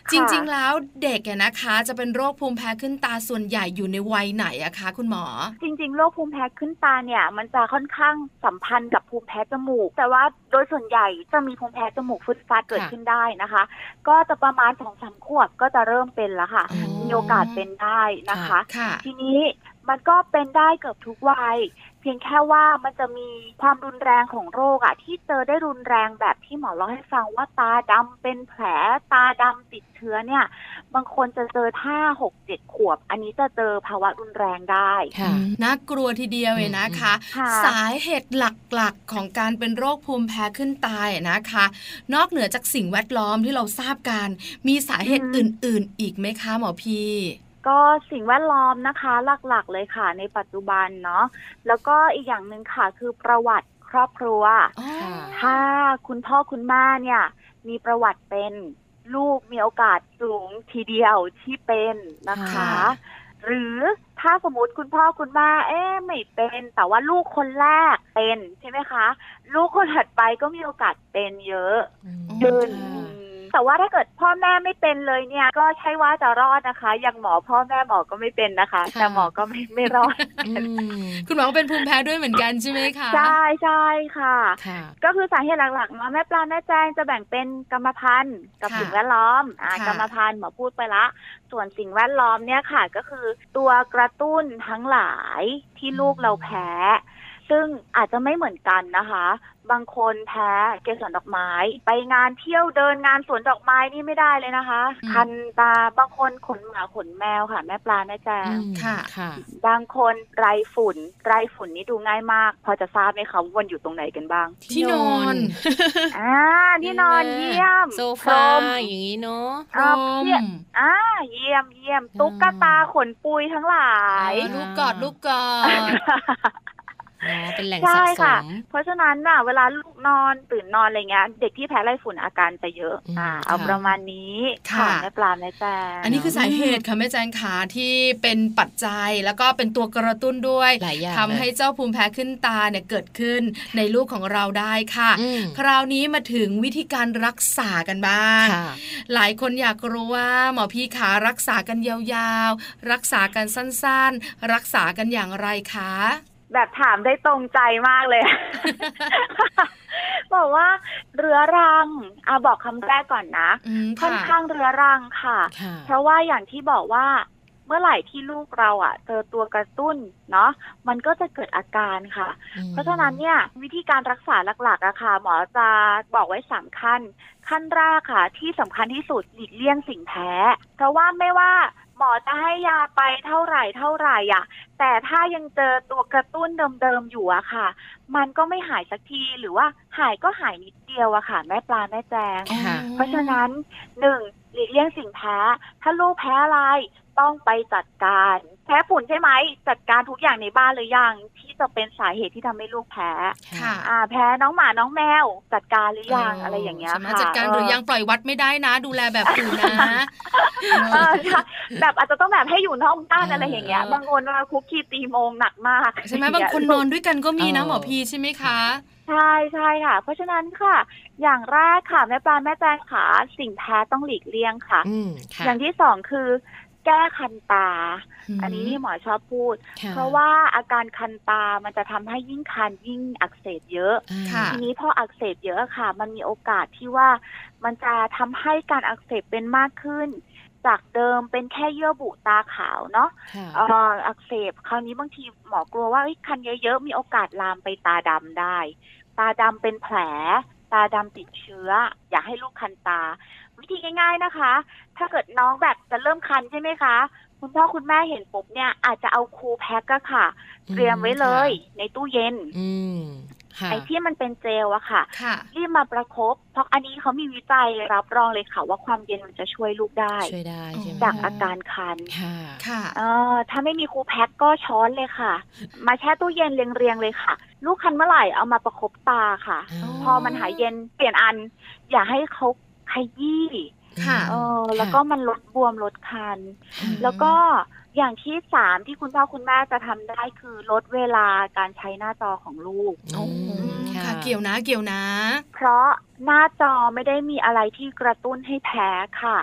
จริงๆแล้วเด็กเนี่ยนะคะจะเป็นโรคภูมิแพ้ขึ้นตาส่วนใหญ่อยู่ในวัยไหนอะคะคุณหมอจริงๆโรคภูมิแพ้ขึ้นตาเนี่ยมันจะค่อนข้างสัมพันธ์กับภูมิแพ้จมูกแต่ว่าโดยส่วนใหญ่จะมีภูมิแพ้จมูกฟึดฟัดเกิดขึ้นได้นะคะก็จะประมาณ สองถึงสาม ขวบก็จะเริ่มเป็นแล้วค่ะมีโอกาสเป็นได้นะคะทีนี้มันก็เป็นได้เกือบทุกวัยเพียงแค่ว่ามันจะมีความรุนแรงของโรคอะที่เจอได้รุนแรงแบบที่หมอเล่าให้ฟังว่าตาดำเป็นแผลตาดำติดเชื้อเนี่ยบางคนจะเจอห้า หก เจ็ด ขวบอันนี้จะเจอภาวะรุนแรงได้น่ากลัวทีเดียวเลยนะคะสาเหตุหลักๆของการเป็นโรคภูมิแพ้ขึ้นตานะคะนอกเหนือจากสิ่งแวดล้อมที่เราทราบกันมีสาเหตุอื่นๆอีกไหมคะหมอพีก็สิ่งแวดล้อมนะคะหลักๆเลยค่ะในปัจจุบันเนาะแล้วก็อีกอย่างนึงค่ะคือประวัติครอบครัวถ้าคุณพ่อคุณแม่เนี่ยมีประวัติเป็นลูกมีโอกาสสูงทีเดียวที่เป็นนะคะหรือถ้าสมมติคุณพ่อคุณแม่เอ๊ะไม่เป็นแต่ว่าลูกคนแรกเป็นใช่ไหมคะลูกคนถัดไปก็มีโอกาสเป็นเยอะขึ้นแต่ว่าถ้าเกิดพ่อแม่ไม่เป็นเลยเนี่ยก็ใช่ว่าจะรอดนะคะอย่างหมอพ่อแม่หมอก็ไม่เป็นนะคะแต่หมอก็ไม่ไม่รอดคุณหมอเป็นภูมิแพ้ด้วยเหมือนกันใช่ไหมคะใช่ใช่ค่ะก็คือสาเหตุหลักๆเนาะแม่ปลาแม่แจ้งจะแบ่งเป็นกรรมพันธุ์กับสิ่งแวดล้อมอ่ากรรมพันธุ์หมอพูดไปละส่วนสิ่งแวดล้อมเนี่ยค่ะก็คือตัวกระตุ้นทั้งหลายที่ลูกเราแพ้ซึ่งอาจจะไม่เหมือนกันนะคะบางคนแพ้เกสรดอกไม้ไปงานเที่ยวเดินงานสวนดอกไม้นี่ไม่ได้เลยนะคะคันตาบางคนขนหมาขนแมวค่ะแม่ปลาแม่แจงค่ะค่ะบางคนไรฝุ่นไรฝุ่นนี่ดูง่ายมากพอจะทราบไหมคะว่าอยู่ตรงไหนกันบ้างที่นอนอ่าที่นอนเยี่ยมโซฟาอย่างนี้เนาะพรมอ่าเยี่ยมเยี่ยมตุ๊กตาขนปุยทั้งหลายลูกกอดลูกกอดเป็นแหล่งสะสมเพราะฉะนั้นน่ะเวลาลูกนอนตื่นนอนอะไรเงี้ยเด็กที่แพ้ไรฝุ่นอาการจะเยอะอ่าเอาประมาณนี้ค่ะแม่ปลาแม่แจงอันนี้คือสาเหตุค่ะแม่แจงขาที่เป็นปัจจัยแล้วก็เป็นตัวกระตุ้นด้วยทำให้เจ้าภูมิแพ้ขึ้นตาเนี่ยเกิดขึ้นในลูกของเราได้ค่ะคราวนี้มาถึงวิธีการรักษากันบ้างหลายคนอยากรู้ว่าหมอพี่ขารักษากันยาวๆรักษากันสั้นๆรักษากันอย่างไรคะแบบถามได้ตรงใจมากเลย บอกว่าเรื้อรังอ่ะบอกคำแรกก่อนนะค่อนข้างเรื้อรังค่ะเพราะว่าอย่างที่บอกว่าเมื่อไหร่ที่ลูกเราอ่ะเจอตัวกระตุ้นเนาะมันก็จะเกิดอาการค่ะเพราะฉะนั้นเนี่ยวิธีการรักษาหลักๆอะค่ะหมอจะบอกไว้สามขั้นขั้นแรกค่ะที่สำคัญที่สุดหลีกเลี่ยงสิ่งแพ้เพราะว่าไม่ว่าหมอจะให้ยาไปเท่าไหร่เท่าไหร่อ่ะแต่ถ้ายังเจอตัวกระตุ้นเดิมๆอยู่อะค่ะมันก็ไม่หายสักทีหรือว่าหายก็หายนิดเดียวอะค่ะแม่ปลาแม่แจงเพราะฉะนั้นหนึ่งหลีกเลี่ยงสิ่งแพ้ถ้าลูกแพ้อะไรต้องไปจัดการแพ้ฝุ่นใช่ไหมจัดการทุกอย่างในบ้านหรือยังที่จะเป็นสาเหตุที่ทำให้ลูกแพ้ค่ะอ่าแพ้น้องหมาน้องแมวจัดการหรือยัง อ, อะไรอย่างเงี้ยค่ะจัดการหรือยังปล่อยวัดไม่ได้นะดูแลแบบอื่นนะแบบอาจจะต้องแบบให้อยู่นอกบ้านอะไรอย่างเงี้ยบางคนว่าคุกคีตีโมงหนักมากใช่ไหมบางคนนอนด้วยกันก็มีนะหมอพีใช่ไหมคะใช่ใช่ค่ะเพราะฉะนั้นค่ะอย่างแรกค่ะแม่ปลาแม่แจงขาสิ่งแพ้ต้องหลีกเลี่ยงค่ะอย่างที่สองคือแก้คันตาอันนี้ที่หมอชอบพูดเพราะว่าอาการคันตามันจะทำให้ยิ่งคันยิ่งอักเสบเยอะทีนี้พออักเสบเยอะค่ะมันมีโอกาสที่ว่ามันจะทำให้การอักเสบเป็นมากขึ้นจากเดิมเป็นแค่เยื่อบุตาขาวเนาะอักเสบคราวนี้บางทีหมอกลัวว่าคันเยอะๆมีโอกาสลามไปตาดำได้ตาดำเป็นแผลตาดำติดเชื้ออย่าให้ลูกคันตาวิธีง่ายๆนะคะถ้าเกิดน้องแบบจะเริ่มคันใช่ไหมคะคุณพ่อคุณแม่เห็นปุ๊บเนี่ยอาจจะเอาคูลแพ็คก็ค่ะเตรียมไว้เลยในตู้เย็นไอ้ที่มันเป็นเจลอะค่ะรีบมาประคบเพราะอันนี้เขามีวิจัยรับรองเลยค่ะว่าความเย็นมันจะช่วยลูกได้ช่วยได้ใช่ไหมจากอาการคันค่ะเออถ้าไม่มีคูลแพ็คก็ช้อนเลยค่ะมาแช่ตู้เย็นเรียงๆเลยค่ะลูกคันเมื่อไหร่เอามาประคบตาค่ะพอมันหายเย็นเปลี่ยนอันอย่าให้เขาขยี้เออแล้วก็มันลดบวมลดคันแล้วก็อย่างที่สามที่คุณพ่อคุณแม่จะทำได้คือลดเวลาการใช้หน้าจอของลูกค่ะเกี่ยวนะเกี่ยวนะเพราะหน้าจอไม่ได้มีอะไรที่กระตุ้นให้แพ้ค่ะ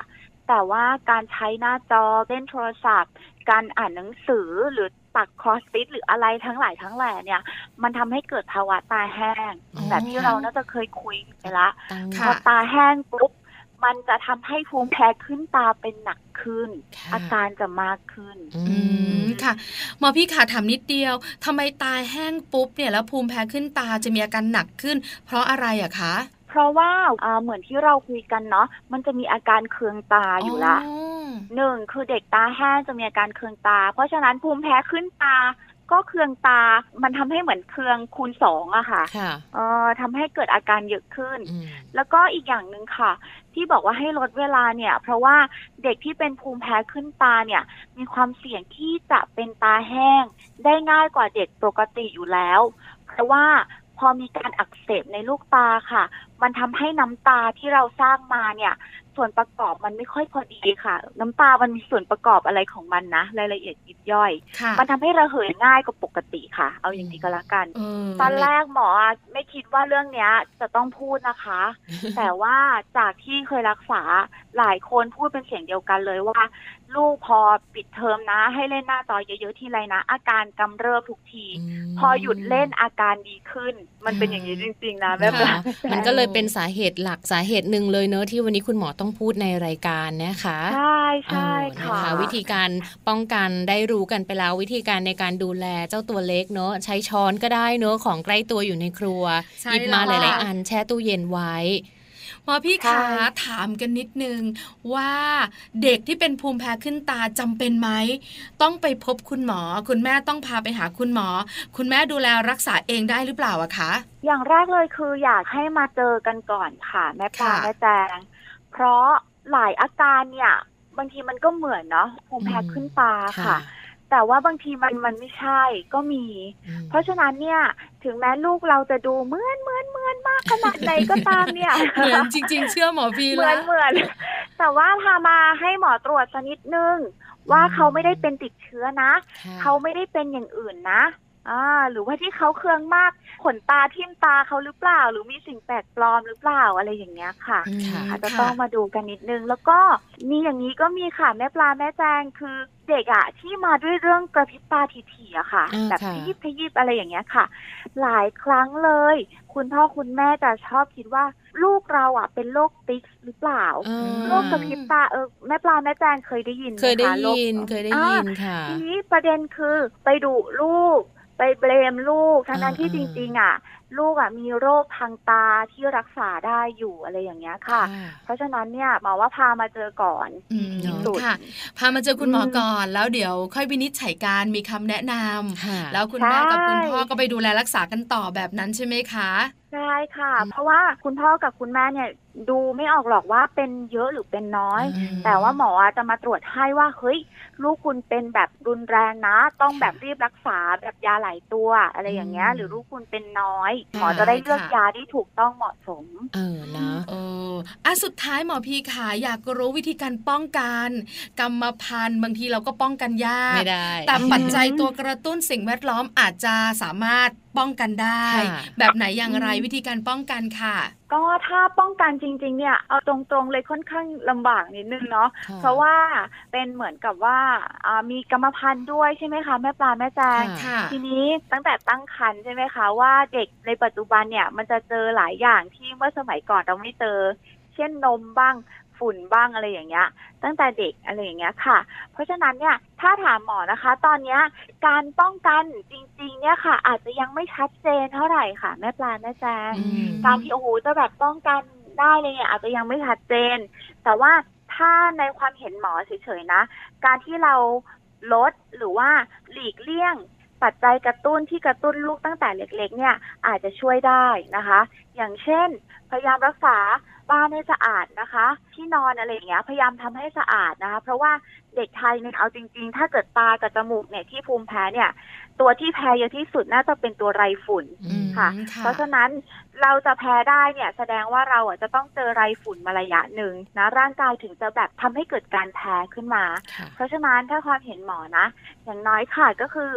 แต่ว่าการใช้หน้าจอเล่นโทรศัพท์การอ่านหนังสือหรือปักคอสฟิตหรืออะไรทั้งหลายทั้งแหล่เนี่ยมันทำให้เกิดภาวะตาแห้งแบบที่เราน่าจะเคยคุยไปละพอตาแห้งปุ๊บมันจะทำให้ภูมิแพ้ขึ้นตาเป็นหนักขึ้นอาการจะมากขึ้นอืมค่ะหมอพี่ขาถามนิดเดียวทำไมตาแห้งปุ๊บเนี่ยแล้วภูมิแพ้ขึ้นตาจะมีอาการหนักขึ้นเพราะอะไรอะคะเพราะว่าเหมือนที่เราคุยกันเนาะมันจะมีอาการเคืองตาอยู่ละหนึ่งคือเด็กตาแห้งจะมีอาการเคืองตาเพราะฉะนั้นภูมิแพ้ขึ้นตาก็เคืองตามันทำให้เหมือนเคืองคูณสองอะค่ะเอ่อทำให้เกิดอาการเยอะขึ้นแล้วก็อีกอย่างนึงค่ะที่บอกว่าให้ลดเวลาเนี่ยเพราะว่าเด็กที่เป็นภูมิแพ้ขึ้นตาเนี่ยมีความเสี่ยงที่จะเป็นตาแห้งได้ง่ายกว่าเด็กปกติอยู่แล้วเพราะว่าพอมีการอักเสบในลูกตาค่ะมันทำให้น้ำตาที่เราสร้างมาเนี่ยส่วนประกอบมันไม่ค่อยพอดีค่ะน้ำตามันมีส่วนประกอบอะไรของมันนะรายละเอียดยิบย่อยมันทำให้ระเหยง่ายกว่าปกติค่ะเอาอย่างนี้ก็แล้วกันตอนแรกหมอไม่คิดว่าเรื่องนี้จะต้องพูดนะคะ แต่ว่าจากที่เคยรักษาหลายคนพูดเป็นเสียงเดียวกันเลยว่าลูกพอปิดเทอมนะให้เล่นหน้าจอเยอะๆทีไรนะอาการกำเริบทุกทีพอหยุดเล่นอาการดีขึ้นมันเป็นอย่างนี้จริงๆนะแบบมันก็เลยเป็นสาเหตุหลักสาเหตุหนึ่งเลยเนอะที่วันนี้คุณหมอต้องพูดในรายการนะคะใช่ใช่ค่ะวิธีการป้องกันได้รู้กันไปแล้ววิธีการในการดูแลเจ้าตัวเล็กเนอะใช้ช้อนก็ได้เนอะของใกล้ตัวอยู่ในครัวหยิบมาหลายๆอันแช่ตู้เย็นไว้หมอพี่ขาถามกันนิดนึงว่าเด็กที่เป็นภูมิแพ้ขึ้นตาจำเป็นไหมต้องไปพบคุณหมอคุณแม่ต้องพาไปหาคุณหมอคุณแม่ดูแลรักษาเองได้หรือเปล่าอะคะอย่างแรกเลยคืออยากให้มาเจอกันก่อนค่ะแม่ปลาแม่แจงเพราะหลายอาการเนี่ยบางทีมันก็เหมือนเนาะภูมิแพ้ขึ้นตาค่ะแต่ว่าบางทีมันมันไม่ใช่ก็มีเพราะฉะนั้นเนี่ยถึงแม้ลูกเราจะดูเหมือนเหมือนเหมือนมากขนาดไหนก็ตามเนี่ยเหมือนจริงๆเชื่อหมอพีแล้วเหมือนเหมือนแต่ว่าพามาให้หมอตรวจสักนิดนึงว่าเขาไม่ได้เป็นติดเชื้อนะเขาไม่ได้เป็นอย่างอื่นนะอ่าหรือว่าที่เขาเคืองมากขนตาทิ่มตาเขาหรือเปล่าหรือมีสิ่งแปลกปลอมหรือเปล่าอะไรอย่างเงี้ยค่ะอาจจะต้องมาดูกันนิดนึงแล้วก็มีอย่างนี้ก็มีค่ะแม่ปลาแม่แจงคือเด็กอะที่มาด้วยเรื่องกระพริบตาถี่ๆอะค่ะแบบพยิบพยิบอะไรอย่างเงี้ยค่ะหลายครั้งเลยคุณพ่อคุณแม่จะชอบคิดว่าลูกเราอะเป็นโรคติ๊กหรือเปล่าโรคกระพริบตาเออแม่ปลาแม่แจงเคยได้ยินไหมคะเคยได้ยินเคยได้ยินค่ะทีนี้ประเด็นคือไปดุลูกไปเบลมลูกทั้งนั้นที่จริงๆอ่ะลูกอ่ะมีโรคทางตาที่รักษาได้อยู่อะไรอย่างเงี้ยค่ะเพราะฉะนั้นเนี่ยหมอว่าพามาเจอก่อนสุดค่ะพามาเจอคุณหมอก่อนแล้วเดี๋ยวค่อยวินิจฉัยการมีคำแนะนำแล้วคุณแม่กับคุณพ่อก็ไปดูแลรักษากันต่อแบบนั้นใช่ไหมคะใช่ค่ะเพราะว่าคุณพ่อกับคุณแม่เนี่ยดูไม่ออกหรอกว่าเป็นเยอะหรือเป็นน้อยแต่ว่าหมอจะมาตรวจให้ว่าเฮ้ยลูกคุณเป็นแบบรุนแรงนะต้องแบบรีบรักษาแบบยาหลายตัวอะไรอย่างเงี้ยหรือลูกคุณเป็นน้อยหมอจะได้เลือกยาที่ถูกต้องเหมาะสมเออนะเอออ่ะสุดท้ายหมอพีขาอยากรู้วิธีการป้องกันกรรมพันธุ์บางทีเราก็ป้องกันยากไม่ได้แต่ปัจจัยตัวกระตุ้นสิ่งแวดล้อมอาจจะสามารถป้องกันได้แบบไหนอย่างไรวิธีการป้องกันค่ะก็ถ้าป้องกันจริงๆเนี่ยเอาตรงๆเลยค่อนข้างลำบากนิดนึงเนาะเพราะว่าเป็นเหมือนกับว่ามีกรรมพันธุ์ด้วยใช่ไหมคะแม่ปลาแม่แจงทีนี้ตั้งแต่ตั้งครรภ์ใช่ไหมคะว่าเด็กในปัจจุบันเนี่ยมันจะเจอหลายอย่างที่เมื่อสมัยก่อนเราไม่เจอเช่นนมบ้างฝุ่นบ้างอะไรอย่างเงี้ยตั้งแต่เด็กอะไรอย่างเงี้ยค่ะเพราะฉะนั้นเนี่ยถ้าถามหมอนะคะตอนนี้การป้องกันจริงๆเนี่ยค่ะอาจจะยังไม่ชัดเจนเท่าไหร่ค่ะแม่ปลาแม่แจงการที่โอ้โหจะแบบป้องกันได้เลยเนี่ยอาจจะยังไม่ชัดเจนแต่ว่าถ้าในความเห็นหมอเฉยๆนะการที่เราลดหรือว่าหลีกเลี่ยงปัจจัยกระตุ้นที่กระตุ้นลูกตั้งแต่เล็กๆเนี่ยอาจจะช่วยได้นะคะอย่างเช่นพยายามรักษาบ้านให้สะอาดนะคะที่นอนอะไรอย่างเงี้ยพยายามทำให้สะอาดนะคะเพราะว่าเด็กไทยเนี่ยเอาจริงๆถ้าเกิดตากับจมูกเนี่ยที่ภูมิแพ้เนี่ยตัวที่แพ้เยอะที่สุดน่าจะเป็นตัวไรฝุ่นค่ะเพราะฉะนั้นเราจะแพ้ได้เนี่ยแสดงว่าเราอ่ะจะต้องเจอไรฝุ่นมาระยะหนึ่งนะร่างกายถึงจะแบบทำให้เกิดการแพ้ขึ้นมาเพราะฉะนั้นถ้าความเห็นหมอนะอย่างน้อยค่ะก็คือ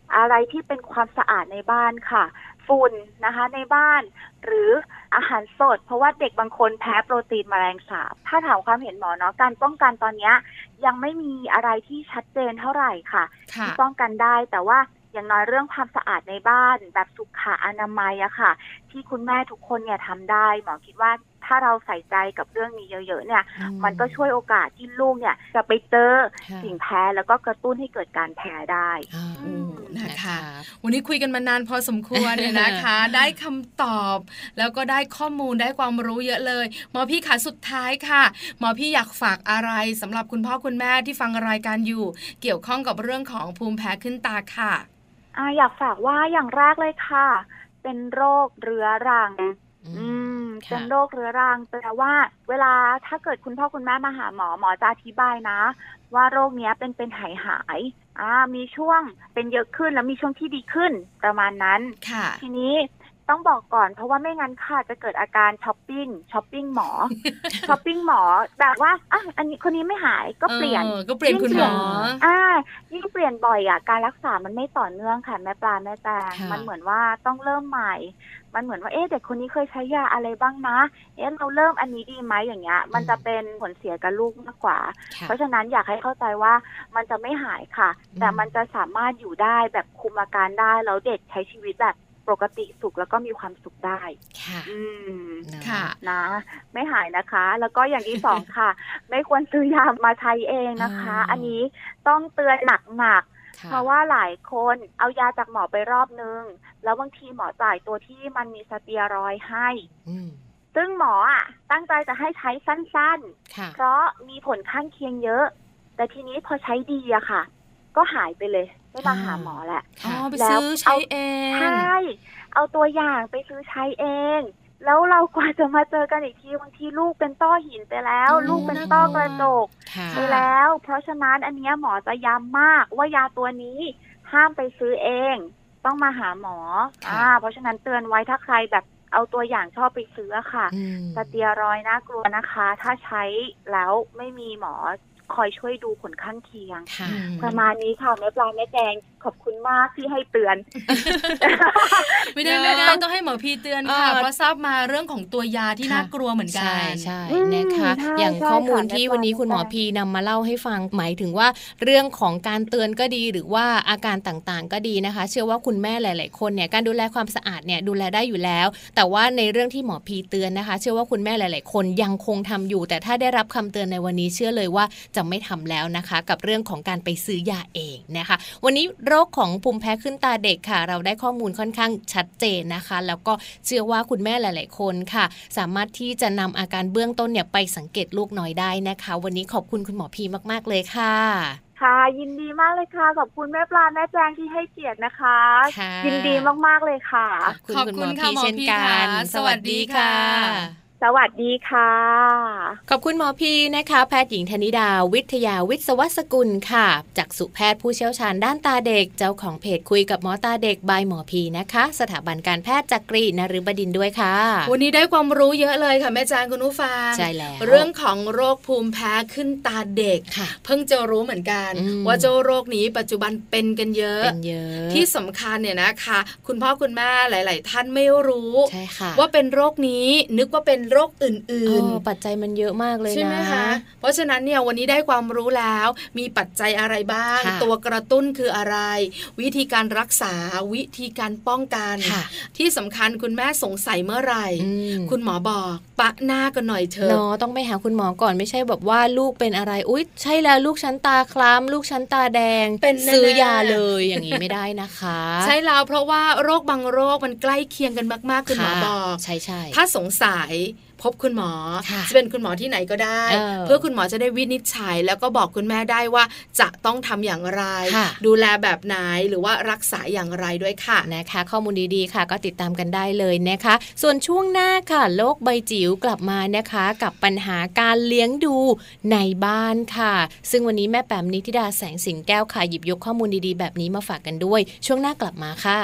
อะไรที่เป็นความสะอาดในบ้านค่ะฝุ่นนะคะในบ้านหรืออาหารสดเพราะว่าเด็กบางคนแพ้โปรตีนแมลงสาบถ้าถามความเห็นหมอเนาะการป้องกันตอนนี้ยังไม่มีอะไรที่ชัดเจนเท่าไหร่ค่ะที่ป้องกันได้แต่ว่าอย่างน้อยเรื่องความสะอาดในบ้านแบบสุขอนามัยอะค่ะที่คุณแม่ทุกคนเนี่ยทำได้หมอคิดว่าถ้าเราใส่ใจกับเรื่องนี้เยอะๆเนี่ยมันก็ช่วยโอกาสที่ลูกเนี่ยจะไปเจอสิ่งแพ้แล้วก็กระตุ้นให้เกิดการแพ้ได้นะคะวันนี้คุยกันมานานพอสมควรเนี่ยนะคะ ได้คำตอบแล้วก็ได้ข้อมูลได้ความรู้เยอะเลยหมอพี่ขาสุดท้ายค่ะหมอพี่อยากฝากอะไรสำหรับคุณพ่อคุณแม่ที่ฟังรายการอยู่เกี่ยวข้องกับเรื่องของภูมิแพ้ขึ้นตาค่ะอ่าอยากฝากว่าอย่างแรกเลยค่ะเป็นโรคเรื้อรังอืมเป็นโรคเรื้อรังแปลว่าเวลาถ้าเกิดคุณพ่อคุณแม่มาหาหมอหมอจะอธิบายนะว่าโรคนี้เป็นเป็นหายหายอ่ามีช่วงเป็นเยอะขึ้นแล้วมีช่วงที่ดีขึ้นประมาณนั้นทีนี้ต้องบอกก่อนเพราะว่าไม่งั้นค่ะจะเกิดอาการช้อปปิ้งช้อปปิ้งหมอ ช้อปปิ้งหมอแบบว่าอ่ะอันนี้คนนี้ไม่หายก็เปลี่ยนก็เปลี่ยนคุณหมออ่ายิ่งเปลี่ยนบ่อยอ่ะการรักษามันไม่ต่อเนื่องค่ะแม่ปลาแม่แตงมันเหมือนว่าต้องเริ่มใหม่มันเหมือนว่าเอ๊ะเด็กคนนี้เคยใช้ยาอะไรบ้างนะเอ๊ะเราเริ่มอันนี้ดีไหมอย่างเงี้ยมันจะเป็นผลเสียกับลูกมากกว่าเพราะฉะนั้นอยากให้เข้าใจว่ามันจะไม่หายค่ะแต่มันจะสามารถอยู่ได้แบบคุมอาการได้แล้วเด็กใช้ชีวิตแบบปกติสุขแล้วก็มีความสุขได้ค่ะอืมค่ะนะไม่หายนะคะแล้วก็อย่างที่สองค่ะ ไม่ควรซื้อยามาใช้เองนะคะอันนี้ต้องเตือนหนักๆเพราะว่าหลายคนเอายาจากหมอไปรอบนึงแล้วบางทีหมอจ่ายตัวที่มันมีสเตียรอยด์ให้ซึ่งหมออ่ะตั้งใจจะให้ใช้สั้นๆเพราะมีผลข้างเคียงเยอะแต่ทีนี้พอใช้ดีอะค่ะก็หายไปเลยไม่มาหาหมอแหละอ๋อไปซื้อใช้เองใช่เอาตัวอย่างไปซื้อใช้เองแล้วเรากว่าจะมาเจอกันอีกทีบางทีลูกเป็นต้อหินไปแล้วลูกเป็นต้อกระจกไปแล้วเพราะฉะนั้นอันนี้หมอจะย้ำมากว่ายาตัวนี้ห้ามไปซื้อเองต้องมาหาหมออ่าเพราะฉะนั้นเตือนไว้ถ้าใครแบบเอาตัวอย่างชอบไปซื้อค่ะสเตียรอยด์น่ากลัวนะคะถ้าใช้แล้วไม่มีหมอคอยช่วยดูผลข้างเคียงประมาณนี้ค่ะแม่ปลาแม่แจงขอบคุณมากที่ให้เตือนไม่ได้ไม่ได้ต้องให้หมอพีเตือนค่ะเพราะทราบมาเรื่องของตัวยาที่น่ากลัวเหมือนกันใช่ใช่นะคะอย่างข้อมูลที่วันนี้คุณหมอพีนำมาเล่าให้ฟังหมายถึงว่าเรื่องของการเตือนก็ดีหรือว่าอาการต่างๆก็ดีนะคะเชื่อว่าคุณแม่หลายๆคนเนี่ยการดูแลความสะอาดเนี่ยดูแลได้อยู่แล้วแต่ว่าในเรื่องที่หมอพีเตือนนะคะเชื่อว่าคุณแม่หลายๆคนยังคงทำอยู่แต่ถ้าได้รับคำเตือนในวันนี้เชื่อเลยว่าจะไม่ทำแล้วนะคะกับเรื่องของการไปซื้อยาเองนะคะวันนี้โรคของภูมิแพ้ขึ้นตาเด็กค่ะเราได้ข้อมูลค่อนข้างชัดเจนนะคะแล้วก็เชื่อว่าคุณแม่หลายๆคนค่ะสามารถที่จะนำอาการเบื้องต้นเนี่ยไปสังเกตลูกน้อยได้นะคะวันนี้ขอบคุณคุณหมอพีมากๆเลยค่ะค่ะยินดีมากเลยค่ะขอบคุณแม่ปลาแม่แจงที่ให้เกียรตินะคะยินดีมากๆเลยค่ะขอบคุณคุณหมอพีเช่นกันสวัสดีค่ะสวัสดีค่ะขอบคุณหมอพีนะคะแพทย์หญิงธนิดาวิทยาวิศวสกุลค่ะจักษุแพทย์ผู้เชี่ยวชาญด้านตาเด็กเจ้าของเพจคุยกับหมอตาเด็กบายหมอพีนะคะสถาบันการแพทย์จักรีนฤบดินทร์ด้วยค่ะวันนี้ได้ความรู้เยอะเลยค่ะแม่จางคุณผู้ฟังใช่แล้วเรื่องของโรคภูมิแพ้ขึ้นตาเด็กเพิ่งจะรู้เหมือนกันว่าเจ้าโรคนี้ปัจจุบันเป็นกันเยอะเป็นเยอะที่สำคัญเนี่ยนะคะคุณพ่อคุณแม่หลายๆท่านไม่รู้ว่าเป็นโรคนี้นึกว่าเป็นโรคอื่นปัจจัยมันเยอะมากเลยนะใช่ไหมคะเพราะฉะนั้นเนี่ยวันนี้ได้ความรู้แล้วมีปัจจัยอะไรบ้างตัวกระตุ้นคืออะไรวิธีการรักษาวิธีการป้องกันที่สำคัญคุณแม่สงสัยเมื่อไหร่คุณหมอบอกปะหน้ากันหน่อยเถอะเนาะต้องไปหาคุณหมอก่อนไม่ใช่แบบว่าลูกเป็นอะไรอุ๊ยใช่แล้วลูกฉันตาคล้ำลูกฉันตาแดงซื้อยาเลยอย่างนี้ไม่ได้นะคะใช่แล้วเพราะว่าโรคบางโรคมันใกล้เคียงกันมากๆคุณหมอบอกใช่ใช่ถ้าสงสัยพบคุณหมอจะเป็นคุณหมอที่ไหนก็ได้เ, เพื่อคุณหมอจะได้วินิจฉัยแล้วก็บอกคุณแม่ได้ว่าจะต้องทำอย่างไรดูแลแบบไหนหรือว่ารักษาอย่างไรด้วยค่ะนะคะข้อมูลดีๆค่ะก็ติดตามกันได้เลยนะคะส่วนช่วงหน้าค่ะโลกใบจิ๋วกลับมานะคะกับปัญหาการเลี้ยงดูในบ้านค่ะซึ่งวันนี้แม่แปมนิธิดาแสงสิงแก้วค่ะหยิบยกข้อมูลดีๆแบบนี้มาฝากกันด้วยช่วงหน้ากลับมาค่ะ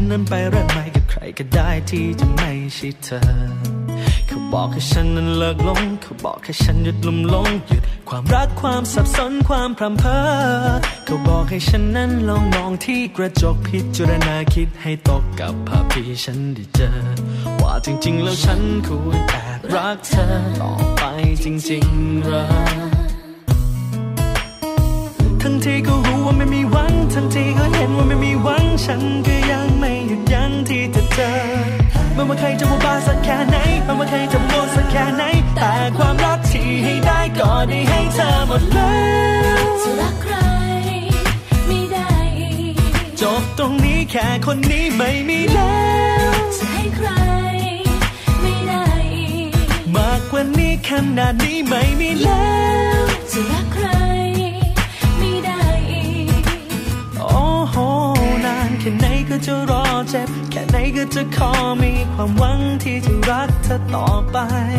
นั้นไปเริ่มใหม่กับใครก็ได้ที่จะไม่ใช่เธอเขาบอกให้ฉันนั้นเลิกหลงเขาบอกให้ฉันหยุดลุ่มหลงหยุดความรักความสับสนความพร่ำเพ้อเขาบอกให้ฉันนั้นลองมองที่กระจกพิจารณาคิดให้ตกกับภาพที่ฉันได้เจอว่าจริงๆแล้วฉันควรแอบรักเธอต่อไปจริงๆหรอทั้งที่ก็รู้ว่าไม่มีหวังทั้งที่ก็เห็นว่าไม่มีหวังฉันก็ยังไม่หยุดยั้งที่จะเจอไม่ว่าใครจะว่าบ้าสักแค่ไหนไม่ว่าใครจะโง่สักแค่ไหนแต่ความรักที่ให้ได้ก็ได้ให้เธอหมดแล้วจะรักใครไม่ได้จบตรงนี้แค่คนนี้ไม่มีแล้วจะให้ใครไม่ได้มากกว่านี้ขนาดนี้ไม่มีแล้วจะรักใครแค่ไหนก็จะรอเจ็บแค่ไหนก็จะขอมีความหวังที่จะรักเธอต่อไป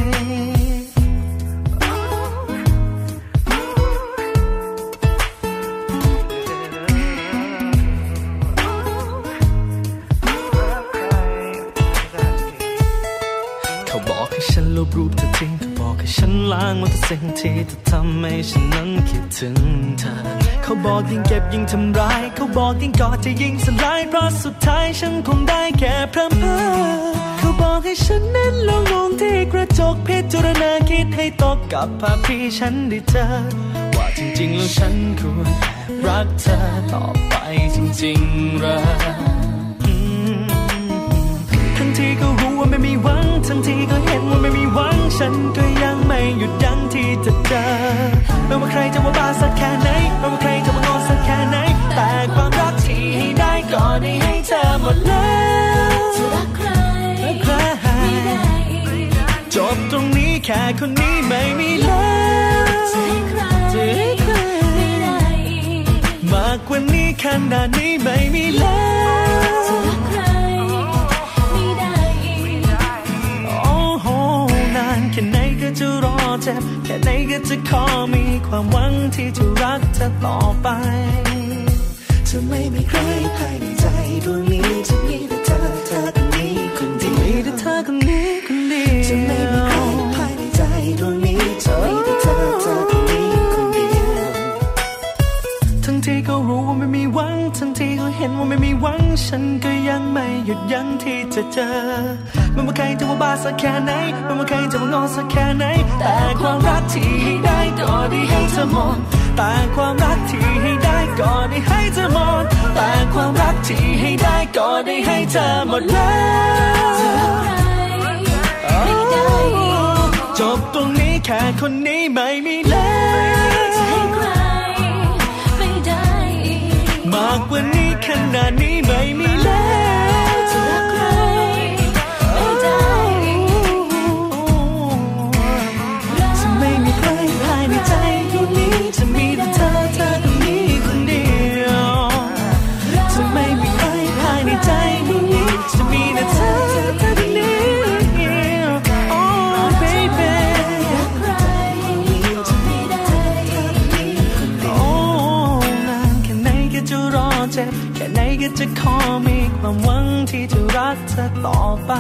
เขาบอกให้ฉันลบรูปเธอทิ้งเขาบอกให้ฉันล้างหมดทุกสิ่งที่เธอทำให้ฉันนั้นคิดถึงเธอเขาบอกยิ่งเก็บยิ่งทำร้ายเขาบอกยิ่งกอดจะยิ่งสลายเพราะสุดท้ายฉันคงได้แค่พร่ำเพ้อเขาบอกให้ฉันนั้นลองมองที่กระจกพิจารณาคิดให้ตกกับภาพที่ฉันได้เจอว่าจริงๆแล้วฉันควรแอบรักเธอต่อไปจริงๆหรอทั้งที่ก็รู้ว่าไม่มีหวังทั้งที่ก็เห็นว่าไม่มีหวังฉันก็ยังไม่หยุดยั้งที่จะเจอไม่ว่าใครจะว่าบ้าสักแค่ไหนไม่ว่าใครจะว่าโง่สักแค่ไหนแต่ความรักที่ให้ได้ก็ได้ให้เธอหมดแล้วจะรักใครไม่ได้จบตรงนี้แค่คนนี้ไม่มีแล้วจะให้ใครไม่ได้มากกว่านี้ขนาดนี้ไม่มีแล้วจะรักใครแค่ไหนก็จะรอเจ็บแค่ไหนก็จะขอมีความหวังที่จะรักเธอต่อไปจะไม่มีใครภายในใจดวงนี้จะมีแต่เธอเธอคนนี้คนเดียวมีแต่เธอคนนี้คนเดียวจะไม่มีใครภายในใจดวงนี้จะมีแต่เธอเธอคนนี้คนเดียวทั้งที่ก็รู้ว่าไม่มีหวังทั้งที่ก็เห็นว่าไม่มีหวังฉันก็ยังไม่หยุดยั้งที่จะเจอไม่ว่าใครจะว่าบ้าสักแค่ไหนไม่ว่าใครจะว่างอสักแค่ไหนแต่ความรักที่ให้ได้ก็ได้ให้เธอหมดแต่ความรักที่ให้ได้ก็ได้ให้เธอหมดแต่ความรักที่ให้ได้ก็ได้ให้เธอหมดแล้วจบตรงนี้แค่คนนี้ไม่มีแล้วจะให้ใครไม่ได้มากกว่านี้ขนาดนี้ไม่มีแล้วจะรักใครไม่ได้จะไม่มีใครภายในใจดวงนี้จะมีแต่เธอเธอคนนี้คนเดียวจะไม่มีใครภายในใจดวงนี้จะมีแต่เธอเธอคนนี้โอ้ baby จะมีแต่เธอเธอคนนี้โอ้นานแค่ไหนก็จะรอเจ็บแค่ไหนก็จะขอมีความหวังที่จะรักเธอต่อไป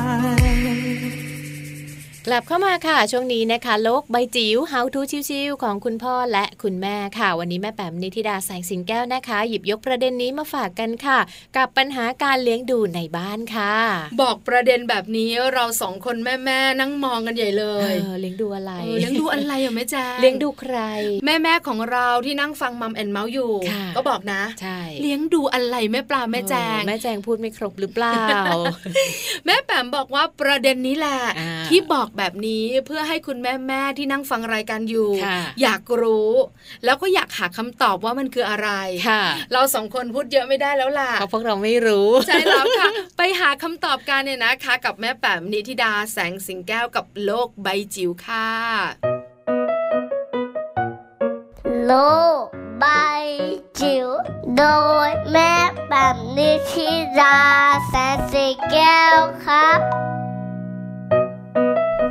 กลับเข้ามาค่ะช่วงนี้นะคะโลกใบจิ๋ว How to ชิวๆของคุณพ่อและคุณแม่ค่ะวันนี้แม่แป๋มนิธิดาแสงสิงแก้วนะคะหยิบยกประเด็นนี้มาฝากกันค่ะกับปัญหาการเลี้ยงดูในบ้านค่ะบอกประเด็นแบบนี้เราสองคนแม่ๆนั่งมองกันใหญ่เลยเออเลี้ยงดูอะไรเออเลี้ยงดูอะไรอ่ะแม่แจ้งเลี้ยงดูใครแม่ๆของเราที่นั่งฟังมัมแอนด์เมาส์อยู่ก็บอกนะใช่เลี้ยงดูอะไรแม่ปลาแม่แจ้งแม่แจ้งพูดไม่ครบหรือเปล่าแม่แป๋มบอกว่าประเด็นนี้แหละที่บอกแบบนี้เพื่อให้คุณแม่แม่ที่นั่งฟังรายการอยู่อยากรู้แล้วก็อยากหาคำตอบว่ามันคืออะไรเราสองคนพูดเยอะไม่ได้แล้วล่ะเพราะพวกเราไม่รู้ใช่แล้วค่ะไปหาคำตอบกันเนี่ยนะคะกับแม่แป๋มนิธิดาแสงสิงแก้วกับโลกใบจิ๋วค่ะโลกใบจิ๋วโดยแม่แป๋มนิธิดาแสงสิงแก้วครับ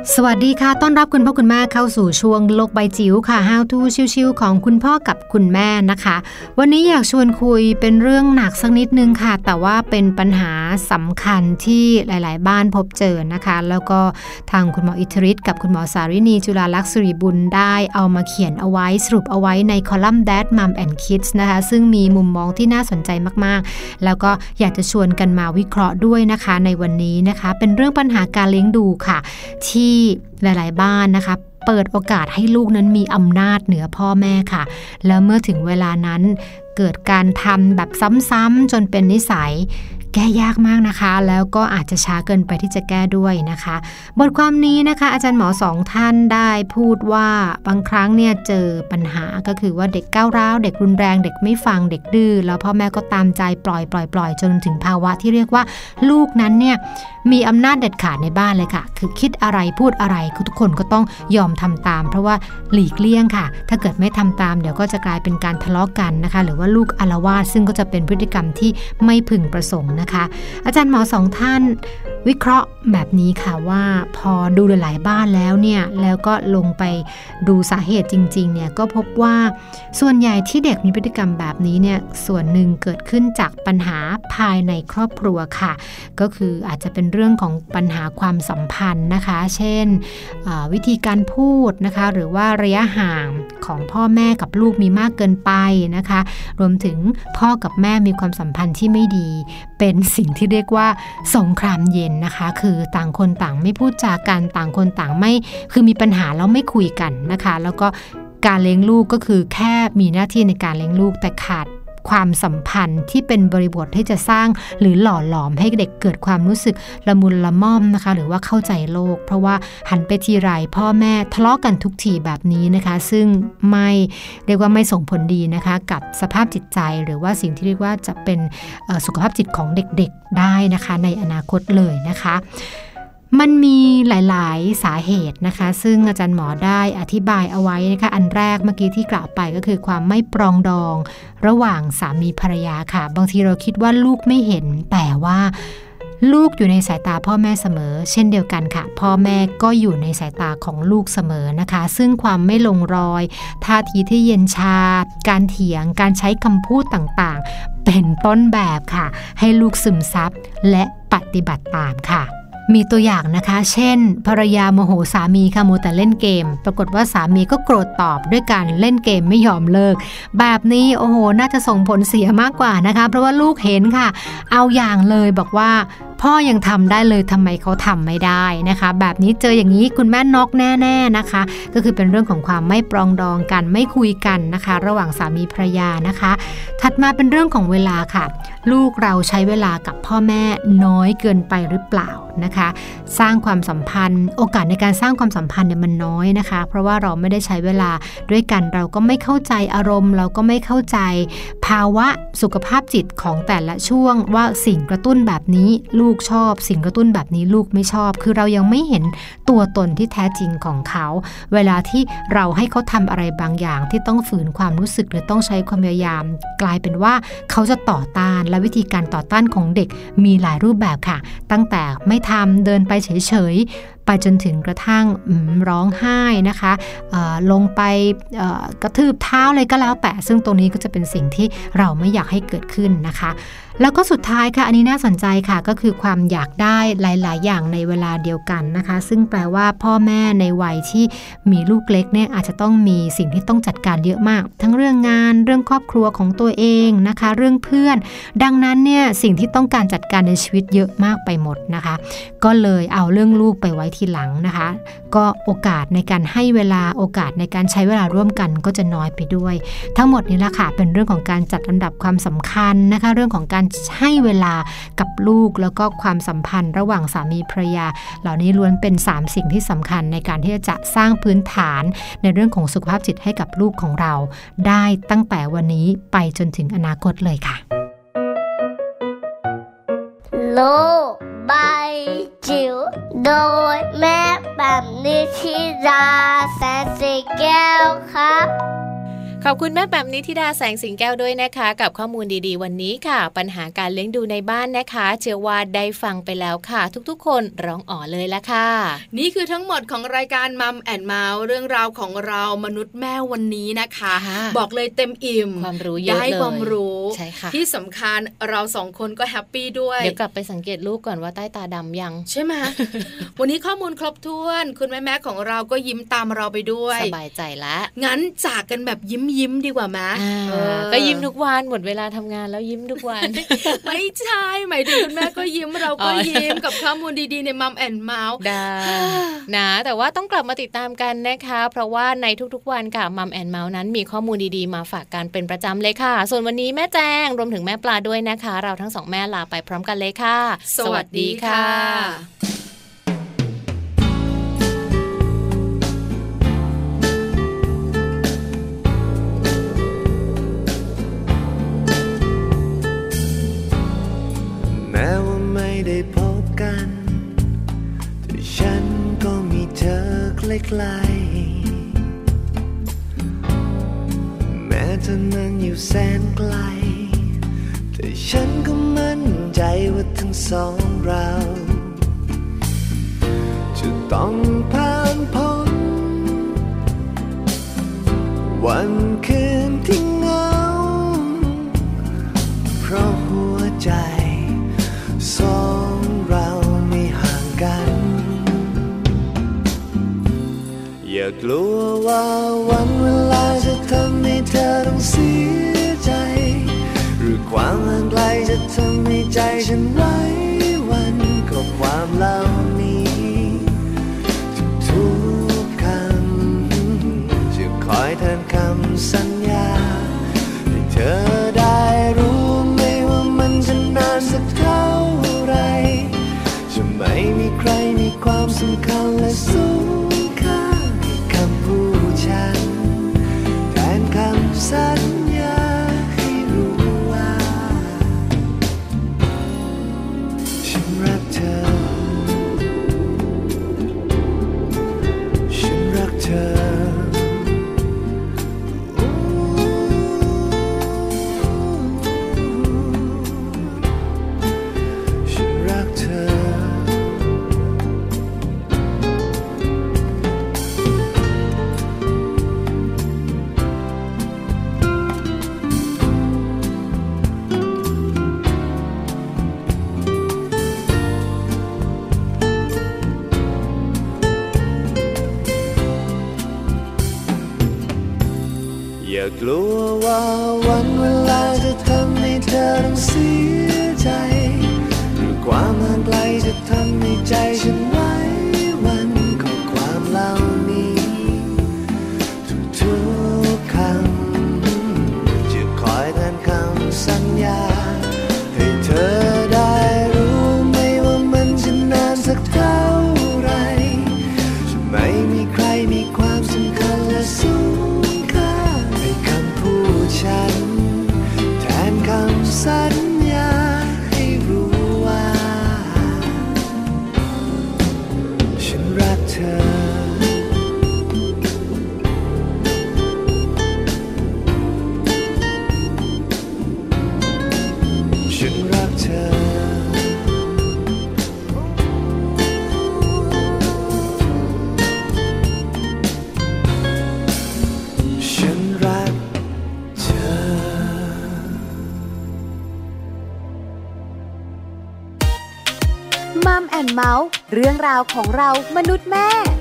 สวัสดีค่ะต้อนรับคุณพ่อคุณแม่เข้าสู่ช่วงโลกใบจิ๋วค่ะ How to ชิวๆของคุณพ่อกับคุณแม่นะคะวันนี้อยากชวนคุยเป็นเรื่องหนักสักนิดนึงค่ะแต่ว่าเป็นปัญหาสำคัญที่หลายๆบ้านพบเจอนะคะแล้วก็ทางคุณหมออิทธิฤทธิ์กับคุณหมอสารินีจุฬาลักษณ์สิริบุญได้เอามาเขียนเอาไว้สรุปเอาไว้ในคอลัมน์ Dad Mom and Kids นะคะซึ่งมีมุมมองที่น่าสนใจมากๆแล้วก็อยากจะชวนกันมาวิเคราะห์ด้วยนะคะในวันนี้นะคะเป็นเรื่องปัญหาการเลี้ยงดูค่ะที่หลายๆบ้านนะคะเปิดโอกาสให้ลูกนั้นมีอำนาจเหนือพ่อแม่ค่ะแล้วเมื่อถึงเวลานั้นเกิดการทำแบบซ้ำๆจนเป็นนิสัยแก้ยากมากนะคะแล้วก็อาจจะช้าเกินไปที่จะแก้ด้วยนะคะบทความนี้นะคะอาจารย์หมอสองท่านได้พูดว่าบางครั้งเนี่ยเจอปัญหาก็คือว่าเด็กก้าวร้าวเด็กรุนแรงเด็กไม่ฟังเด็กดื้อแล้วพ่อแม่ก็ตามใจปล่อยปล่อยปล่อยจนถึงภาวะที่เรียกว่าลูกนั้นเนี่ยมีอำนาจเด็ดขาดในบ้านเลยค่ะคือคิดอะไรพูดอะไรทุกคนก็ต้องยอมทำตามเพราะว่าหลีกเลี่ยงค่ะถ้าเกิดไม่ทำตามเดี๋ยวก็จะกลายเป็นการทะเลาะกันนะคะหรือว่าลูกอาละวาดซึ่งก็จะเป็นพฤติกรรมที่ไม่พึงประสงค์นะคะอาจารย์หมอสองท่านวิเคราะห์แบบนี้ค่ะว่าพอดูหลายๆบ้านแล้วเนี่ยแล้วก็ลงไปดูสาเหตุจริงๆเนี่ยก็พบว่าส่วนใหญ่ที่เด็กมีพฤติกรรมแบบนี้เนี่ยส่วนหนึ่งเกิดขึ้นจากปัญหาภายในครอบครัวค่ะก็คืออาจจะเป็นเรื่องของปัญหาความสัมพันธ์นะคะเช่นวิธีการพูดนะคะหรือว่าระยะห่างของพ่อแม่กับลูกมีมากเกินไปนะคะรวมถึงพ่อกับแม่มีความสัมพันธ์ที่ไม่ดีเป็นสิ่งที่เรียกว่าสงครามเย็นนะคะคือต่างคนต่างไม่พูดจากันต่างคนต่างไม่คือมีปัญหาแล้วไม่คุยกันนะคะแล้วก็การเลี้ยงลูกก็คือแค่มีหน้าที่ในการเลี้ยงลูกแต่ขาดความสัมพันธ์ที่เป็นบริบทที่จะสร้างหรือหล่อหลอมให้เด็กเกิดความรู้สึกละมุนละม่อมนะคะหรือว่าเข้าใจโลกเพราะว่าหันไปทีไรพ่อแม่ทะเลาะกันทุกทีแบบนี้นะคะซึ่งไม่เรียกว่าไม่ส่งผลดีนะคะกับสภาพจิตใจหรือว่าสิ่งที่เรียกว่าจะเป็นสุขภาพจิตของเด็กๆได้นะคะในอนาคตเลยนะคะมันมีหลายๆสาเหตุนะคะซึ่งอาจารย์หมอได้อธิบายเอาไว้นะคะอันแรกเมื่อกี้ที่กล่าวไปก็คือความไม่ปรองดองระหว่างสามีภรรยาค่ะบางทีเราคิดว่าลูกไม่เห็นแต่ว่าลูกอยู่ในสายตาพ่อแม่เสมอเช่นเดียวกันค่ะพ่อแม่ก็อยู่ในสายตาของลูกเสมอนะคะซึ่งความไม่ลงรอยท่าทีที่เย็นชาการเถียงการใช้คำพูดต่างๆเป็นต้นแบบค่ะให้ลูกซึมซับและปฏิบัติตามค่ะมีตัวอย่างนะคะเช่นภรรยาโมโหสามีค่ะมัวแต่เล่นเกมปรากฏว่าสามีก็โกรธตอบด้วยการเล่นเกมไม่ยอมเลิกแบบนี้โอ้โหน่าจะส่งผลเสียมากกว่านะคะเพราะว่าลูกเห็นค่ะเอาอย่างเลยบอกว่าพ่อยังทำได้เลยทำไมเขาทำไม่ได้นะคะแบบนี้เจออย่างนี้คุณแม่น็อกแน่ๆนะคะก็คือเป็นเรื่องของความไม่ปรองดองกันไม่คุยกันนะคะระหว่างสามีภรรยานะคะถัดมาเป็นเรื่องของเวลาค่ะลูกเราใช้เวลากับพ่อแม่น้อยเกินไปหรือเปล่านะคะสร้างความสัมพันธ์โอกาสในการสร้างความสัมพันธ์เนี่ยมันน้อยนะคะเพราะว่าเราไม่ได้ใช้เวลาด้วยกันเราก็ไม่เข้าใจอารมณ์เราก็ไม่เข้าใจภาวะสุขภาพจิตของแต่ละช่วงว่าสิ่งกระตุ้นแบบนี้ลูกชอบสิ่งกระตุ้นแบบนี้ลูกไม่ชอบคือเรายังไม่เห็นตัวตนที่แท้จริงของเขาเวลาที่เราให้เขาทำอะไรบางอย่างที่ต้องฝืนความรู้สึกหรือต้องใช้ความพยายามกลายเป็นว่าเขาจะต่อต้านและวิธีการต่อต้านของเด็กมีหลายรูปแบบค่ะตั้งแต่ไม่ทำเดินไปเฉยๆไปจนถึงกระทั่งร้องไห้นะคะลงไปกระทืบเท้าเลยก็แล้วแต่ซึ่งตรงนี้ก็จะเป็นสิ่งที่เราไม่อยากให้เกิดขึ้นนะคะแล้วก็สุดท้ายค่ะอันนี้น่าสนใจค่ะก็คือความอยากได้หลายๆอย่างในเวลาเดียวกันนะคะซึ่งแปลว่าพ่อแม่ในวัยที่มีลูกเล็กเนี่ยอาจจะต้องมีสิ่งที่ต้องจัดการเยอะมากทั้งเรื่องงานเรื่องครอบครัวของตัวเองนะคะเรื่องเพื่อนดังนั้นเนี่ยสิ่งที่ต้องการจัดการในชีวิตเยอะมากไปหมดนะคะก็เลยเอาเรื่องลูกไปไว้ทีหลังนะคะก็โอกาสในการให้เวลาโอกาสในการใช้เวลาร่วมกันก็จะน้อยไปด้วยทั้งหมดนี้แหละค่ะเป็นเรื่องของการจัดลำดับความสำคัญนะคะเรื่องของการให้เวลากับลูกแล้วก็ความสัมพันธ์ระหว่างสามีภรรยาเหล่านี้ล้วนเป็นสามสิ่งที่สำคัญในการที่จะสร้างพื้นฐานในเรื่องของสุขภาพจิตให้กับลูกของเราได้ตั้งแต่วันนี้ไปจนถึงอนาคตเลยค่ะโลกใบจิ๋วโดยแม่แบบนิธิดาแสนสีแก้วครับขอบคุณแม่แปมนิธิดาแสงสิงแก้วด้วยนะคะกับข้อมูลดีๆวันนี้ค่ะปัญหาการเลี้ยงดูในบ้านนะคะเชื่อว่าได้ฟังไปแล้วค่ะทุกๆคนร้องอ๋อเลยละค่ะนี่คือทั้งหมดของรายการมัมแอนเมาส์เรื่องราวของเรามนุษย์แม่วันนี้นะคะบอกเลยเต็มอิ่มความรู้เยอะเลยได้ความรู้ใช่ค่ะที่สำคัญเราสองคนก็แฮปปี้ด้วยเดี๋ยวกลับไปสังเกตลูกก่อนว่าใต้ตาดำยังใช่ไหม วันนี้ข้อมูลครบถ้วนคุณแม่แม่ของเราก็ยิ้มตามเราไปด้วยสบายใจละงั้นจากกันแบบยิ้มยิ้มดีกว่าไหมก็ยิ้มทุกวันหมดเวลาทำงานแล้วยิ้มทุกวันไม่ใช่หมายถึงคุณแม่ก็ยิ้มเราก็ยิ้มกับข้อมูลดีๆในมัมแอนด์เมาส์ได้นะแต่ว่าต้องกลับมาติดตามกันนะคะเพราะว่าในทุกๆวันค่ะมัมแอนด์เมาส์นั้นมีข้อมูลดีๆมาฝากกันเป็นประจำเลยค่ะส่วนวันนี้แม่แจ้งรวมถึงแม่ปลาด้วยนะคะเราทั้งสองแม่ลาไปพร้อมกันเลยค่ะสวัสดีค่ะแม้ว่าไม่ได้พบกันแต่ฉันก็มีเธอใกล้ๆแม้เธอนั้นอยู่แสนไกลแต่ฉันก็มั่นใจว่าทั้งสองเราจะต้องผ่านพ้นวันคืนที่เหงาเพราะหัวใจสองเราไม่ห่างกันอย่ากลัวว่าวันเวลาจะทำให้เธอต้องเสียใจหรือความห่างไกลจะทำให้ใจฉันไว้วันก็ความเหล่านี้ทุกๆคำจะคอยแทนคำสัญญาให้เธอได้รู้ไม่ว่ามันจะนานสักเท่าไรจะไม่มีใครมีความสำคัญและสูงค่าให้คำพูดฉันแทนคำสัญญาให้รู้ว่าฉันรักเธอฉันรักเธออย่ากลัวว่าวันเวลาจะทำให้เธอต้องเสียใจหรือความห่างไกลจะทำให้ใจฉันไว้วันข้อความเหล่านี้ทุกๆคำจะคอยแทนคำสัญญาให้เธอได้รู้ไม่ว่ามันจะนานสักเท่าไรจะไม่มีใครมีความสำคัญและสูงฉันแทนคำสัญญาให้รู้ว่าฉันรักเธอฉันรักเธอฉันรักมัมแอนด์เมาส์เรื่องราวของเรามนุษย์แม่